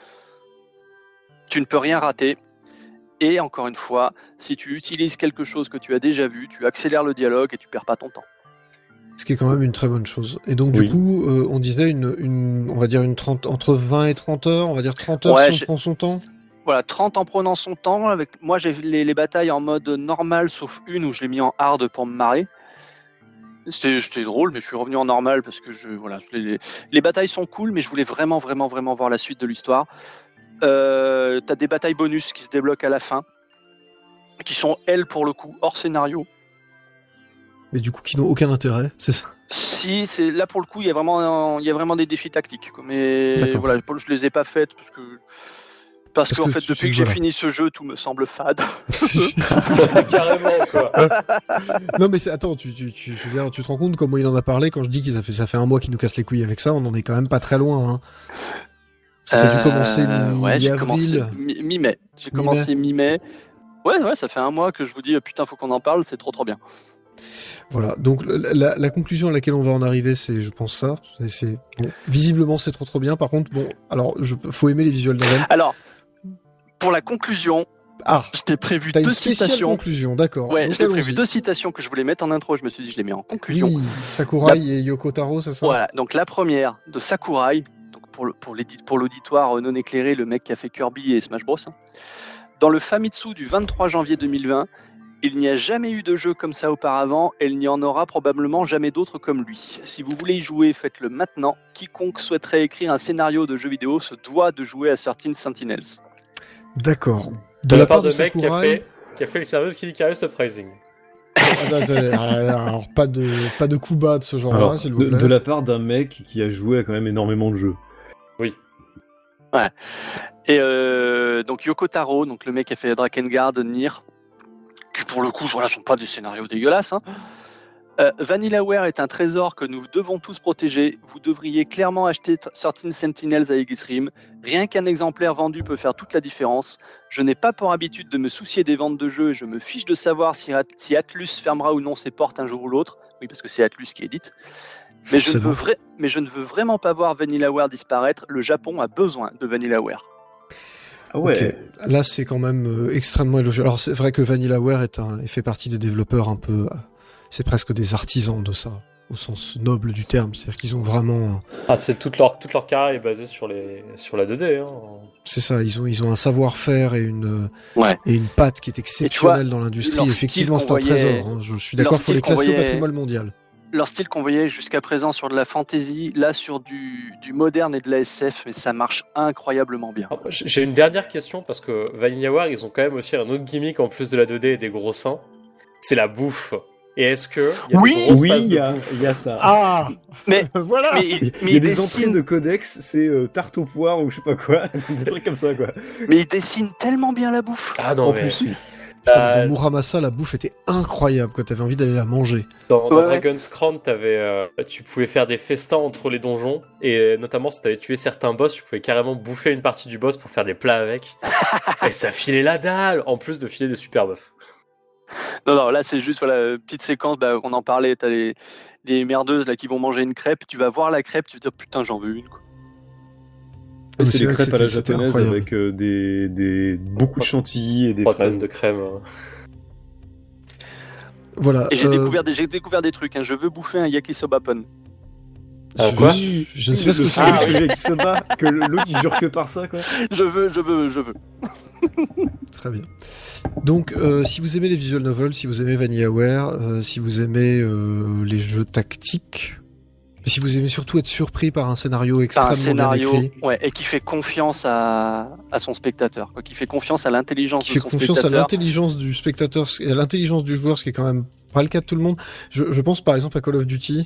Tu ne peux rien rater. Et encore une fois, si tu utilises quelque chose que tu as déjà vu, tu accélères le dialogue et tu perds pas ton temps. Ce qui est quand même une très bonne chose. Et donc, du coup, on disait on va dire entre 20 et 30 heures, on va dire 30 heures si on prend son temps. Voilà, 30 en prenant son temps. Moi, j'ai les batailles en mode normal, sauf une où je l'ai mis en hard pour me marrer. C'était drôle, mais je suis revenu en normal parce que les batailles sont cool, mais je voulais vraiment voir la suite de l'histoire. T'as des batailles bonus qui se débloquent à la fin, qui sont, elles, pour le coup, hors scénario. Mais du coup, qui n'ont aucun intérêt, c'est ça? Si, là pour le coup, il y a vraiment des défis tactiques. Quoi. Mais voilà, je les ai pas faites parce qu'en fait, depuis que j'ai fini ce jeu, tout me semble fade. Carrément, quoi. Non, mais attends, tu te rends compte comment il en a parlé quand je dis que ça fait un mois qu'il nous casse les couilles avec ça, on en est quand même pas très loin. Hein. T'as dû commencer j'ai commencé mi-mai. J'ai commencé mi-mai. Ouais, ça fait un mois que je vous dis putain, faut qu'on en parle, c'est trop bien. Voilà, donc la conclusion à laquelle on va en arriver, c'est, je pense ça. Visiblement, c'est trop bien. Par contre, faut aimer les visual novels. Alors, pour la conclusion, je t'ai prévu 2 citations. Conclusion, d'accord. Ouais, je t'ai prévu 2 citations que je voulais mettre en intro. Je me suis dit, je les mets en conclusion. Oui, Sakurai et Yoko Taro, c'est ça? Voilà, donc la première de Sakurai, donc pour l'auditoire non éclairé, le mec qui a fait Kirby et Smash Bros. Dans le Famitsu du 23 janvier 2020, il n'y a jamais eu de jeu comme ça auparavant et il n'y en aura probablement jamais d'autres comme lui. Si vous voulez y jouer, faites-le maintenant. Quiconque souhaiterait écrire un scénario de jeu vidéo se doit de jouer à 13 Sentinels. D'accord. De la part de mec qui a fait le sérieux Kid Icarus Uprising. Alors, pas de coup bas de ce genre-là, s'il vous plaît. De la part d'un mec qui a joué à quand même énormément de jeux. Oui. Ouais. Et donc Yoko Taro, donc le mec qui a fait Drakengard, Nier, qui pour le coup, sont pas des scénarios dégueulasses. Hein. Vanillaware est un trésor que nous devons tous protéger. Vous devriez clairement acheter 13 Sentinels à Aegis-Rim. Rien qu'un exemplaire vendu peut faire toute la différence. Je n'ai pas pour habitude de me soucier des ventes de jeux et je me fiche de savoir si Atlus fermera ou non ses portes un jour ou l'autre. Oui, parce que c'est Atlus qui édite. Mais je ne veux vraiment pas voir Vanillaware disparaître. Le Japon a besoin de Vanillaware. Ah ouais. Okay. Là, c'est quand même extrêmement élogieux. Alors, c'est vrai que Vanillaware fait partie des développeurs un peu... c'est presque des artisans de ça, au sens noble du terme. C'est-à-dire qu'ils ont vraiment... c'est toute leur carrière est basée sur la 2D. Hein. C'est ça, ils ont un savoir-faire et une patte qui est exceptionnelle dans l'industrie. Effectivement, c'est un trésor. Hein. Je suis d'accord, il faut les classer au patrimoine mondial. Leur style qu'on voyait jusqu'à présent sur de la fantasy, là sur du moderne et de la SF, mais ça marche incroyablement bien. J'ai une dernière question, parce que Vanillaware, ils ont quand même aussi un autre gimmick en plus de la 2D et des gros seins. C'est la bouffe. Et est-ce que il y a ça. Ah, mais voilà. Mais il y a des entrées de codex, c'est tarte aux poires ou je sais pas quoi, des trucs comme ça quoi. Mais ils dessinent tellement bien la bouffe. Ah non, en plus. Dans Muramasa, la bouffe était incroyable quand t'avais envie d'aller la manger. Dans Dragon's Crown, tu pouvais faire des festins entre les donjons, et notamment si t'avais tué certains boss, tu pouvais carrément bouffer une partie du boss pour faire des plats avec. Et ça filait la dalle, en plus de filer des super buffs. Non, là c'est juste petite séquence, on en parlait, t'as les merdeuses là qui vont manger une crêpe, tu vas voir la crêpe, tu vas te dire putain j'en veux une quoi. C'est des crêpes à la japonaise avec beaucoup de chantilly et des fraises de crème. Voilà. Et j'ai découvert des trucs, hein. Je veux bouffer un yakisoba-pon. Quoi? Je ne sais pas ce que c'est. Ah oui, yakisoba, que l'autre il jure que par ça quoi. Je veux. Très bien. Donc, si vous aimez les visual novels, si vous aimez Vanillaware, si vous aimez les jeux tactiques, Mais si vous aimez surtout être surpris par un scénario Par extrêmement un scénario, bien écrit, ouais, et qui fait confiance à son spectateur, quoi, qui fait confiance à l'intelligence qui de fait son confiance à spectateur. l'intelligence du spectateur et à l'intelligence du joueur, ce qui est quand même pas le cas de tout le monde. Je pense par exemple à Call of Duty.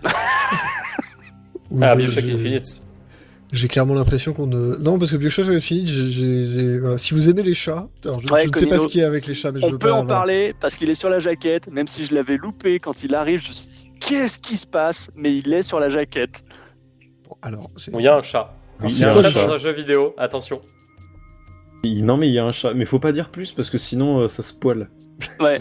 Où Bioshock Infinite. J'ai clairement l'impression qu'on ne... Non, parce que Bioshock Infinite, voilà. Si vous aimez les chats... Alors, je Ouais, ne sais pas Konino, ce qu'il y a avec les chats, mais je On veux peut pas... en voilà. parler parce qu'il est sur la jaquette, même si je l'avais loupé quand il arrive, je me suis dit qu'est-ce qui se passe, mais il est sur la jaquette. Bon, alors, c'est... Bon, il y a un chat. Oui, Il il y a un quoi chat le dans chat un jeu vidéo, attention. Non, mais il y a un chat. Mais faut pas dire plus parce que sinon ça se poile. Ouais.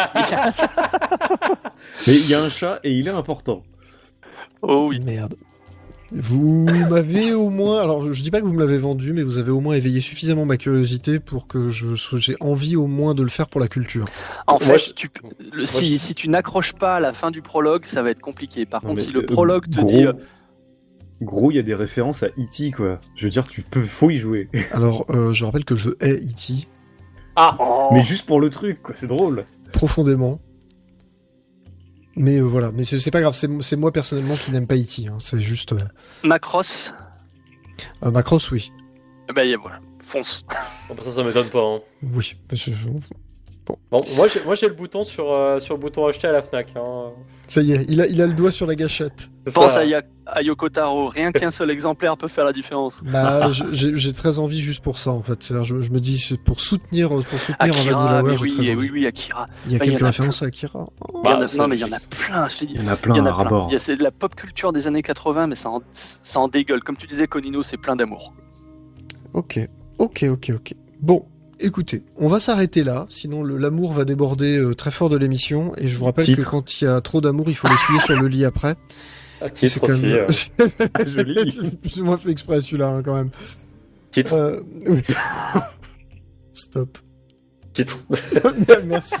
Mais il y a un chat et il est important. Oh oui. Merde. Vous m'avez au moins... Alors, je dis pas que vous me l'avez vendu, mais vous avez au moins éveillé suffisamment ma curiosité pour que j'ai envie au moins de le faire pour la culture. En Moi, fait, si tu n'accroches pas à la fin du prologue, ça va être compliqué. Par Non, contre, mais, si le prologue te gros, dit Gros, il y a des références à E.T. quoi. Je veux dire, faut y jouer. Alors, je rappelle que je hais E.T. Ah Mais juste pour le truc, quoi, c'est drôle. profondément. Mais voilà, mais c'est pas grave, c'est moi personnellement qui n'aime pas E.T. Hein. C'est juste... Macross, Macross, oui. bah voilà, fonce. Bon, ça m'étonne pas. Hein. Oui. Bon, moi j'ai le bouton sur le bouton acheter à la Fnac. Hein. Ça y est, il a le doigt sur la gâchette. C'est Pense ça. à Yoko Taro, rien qu'un seul exemplaire peut faire la différence. Bah, j'ai très envie juste pour ça, en fait. C'est-à-dire, je me dis, c'est pour soutenir Akira, Vanillaware, mais j'ai très envie. oui, Akira. Il y a Bah, il y quelques en a références à Akira. Non, mais il y en a plein, je te dis. Il y en a Il y plein en a à plein. rabord. C'est de la pop culture des années 80, mais ça en dégueule. Comme tu disais, Konino, c'est plein d'amour. Ok. Bon, écoutez, on va s'arrêter là, sinon l'amour va déborder très fort de l'émission, et je vous rappelle Titre. que quand il y a trop d'amour, il faut l'essuyer sur le lit après. Titre C'est quand aussi. même... Joli. J'ai moins fait exprès celui-là, hein, quand même. Titre. Oui. Stop. Titre. Merci.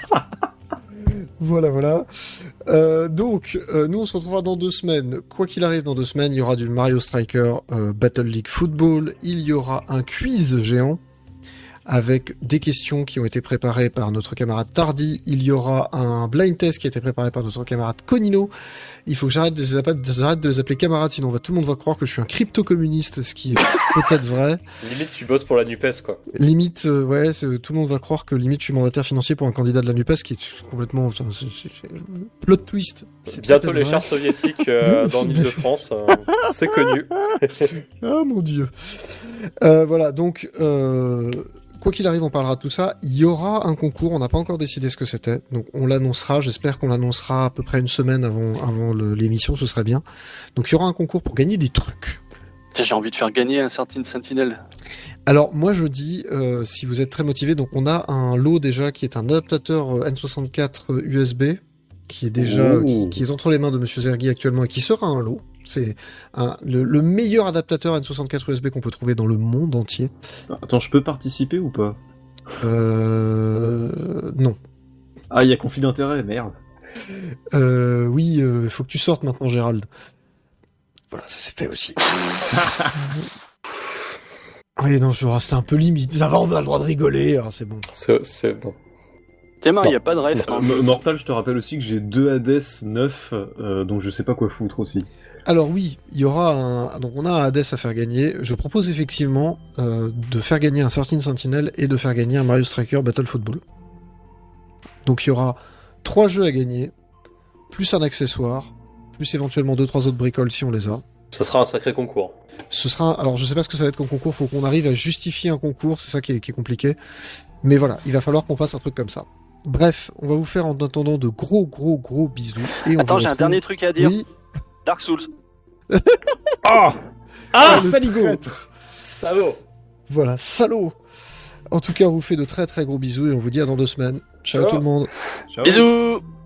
Voilà. Donc, nous, on se retrouvera dans 2 semaines. Quoi qu'il arrive, dans 2 semaines, il y aura du Mario Striker Battle League Football. Il y aura un quiz géant avec des questions qui ont été préparées par notre camarade Tardy. Il y aura un blind test qui a été préparé par notre camarade Konino. Il faut que j'arrête de les appeler camarades, sinon tout le monde va croire que je suis un crypto-communiste, ce qui est peut-être vrai. Limite, tu bosses pour la NUPES, quoi. Limite, ouais, tout le monde va croire que limite je suis mandataire financier pour un candidat de la NUPES, qui est complètement... Enfin, c'est plot twist. C'est Bientôt peut-être les vrai. chars soviétiques dans l'île de France. C'est connu. Ah mon dieu. Voilà, donc... Quoi qu'il arrive, on parlera de tout ça. Il y aura un concours, on n'a pas encore décidé ce que c'était, donc on l'annoncera, j'espère qu'on l'annoncera à peu près une semaine avant l'émission, ce serait bien. Donc il y aura un concours pour gagner des trucs. Tiens, j'ai envie de faire gagner un certain Sentinel. Alors moi je dis, si vous êtes très motivé, donc on a un lot déjà qui est un adaptateur N64 USB, qui est déjà qui est entre les mains de Monsieur Zergui actuellement et qui sera un lot. C'est le meilleur adaptateur N64 USB qu'on peut trouver dans le monde entier. Attends, je peux participer ou pas? Non. Ah, il y a conflit d'intérêt, merde. Oui, faut que tu sortes maintenant, Gérald. Voilà, ça s'est fait aussi. Allez, non, je vais rester un peu limite. Ça va, on a le droit de rigoler, alors c'est bon. C'est bon. Tiens, il n'y a pas de ref. hein. Mortal, je te rappelle aussi que j'ai 2 Hades 9, donc je sais pas quoi foutre aussi. Alors oui, il y aura donc on a un Hades à faire gagner. Je propose effectivement de faire gagner un 13 Sentinel et de faire gagner un Mario Striker Battle Football. Donc il y aura 3 jeux à gagner, plus un accessoire, plus éventuellement 2-3 autres bricoles si on les a. Ça sera un sacré concours. Alors je sais pas ce que ça va être comme concours, faut qu'on arrive à justifier un concours, c'est ça qui est compliqué. Mais voilà, il va falloir qu'on fasse un truc comme ça. Bref, on va vous faire en attendant de gros bisous. Et on Attends, vous j'ai un retrouve- dernier truc à dire. Oui. Dark Souls. Le saligo. traître. Salaud. Voilà, salaud. En tout cas, on vous fait de très gros bisous et on vous dit à dans 2 semaines. Ciao Ciao. tout le monde. Ciao. Bisous.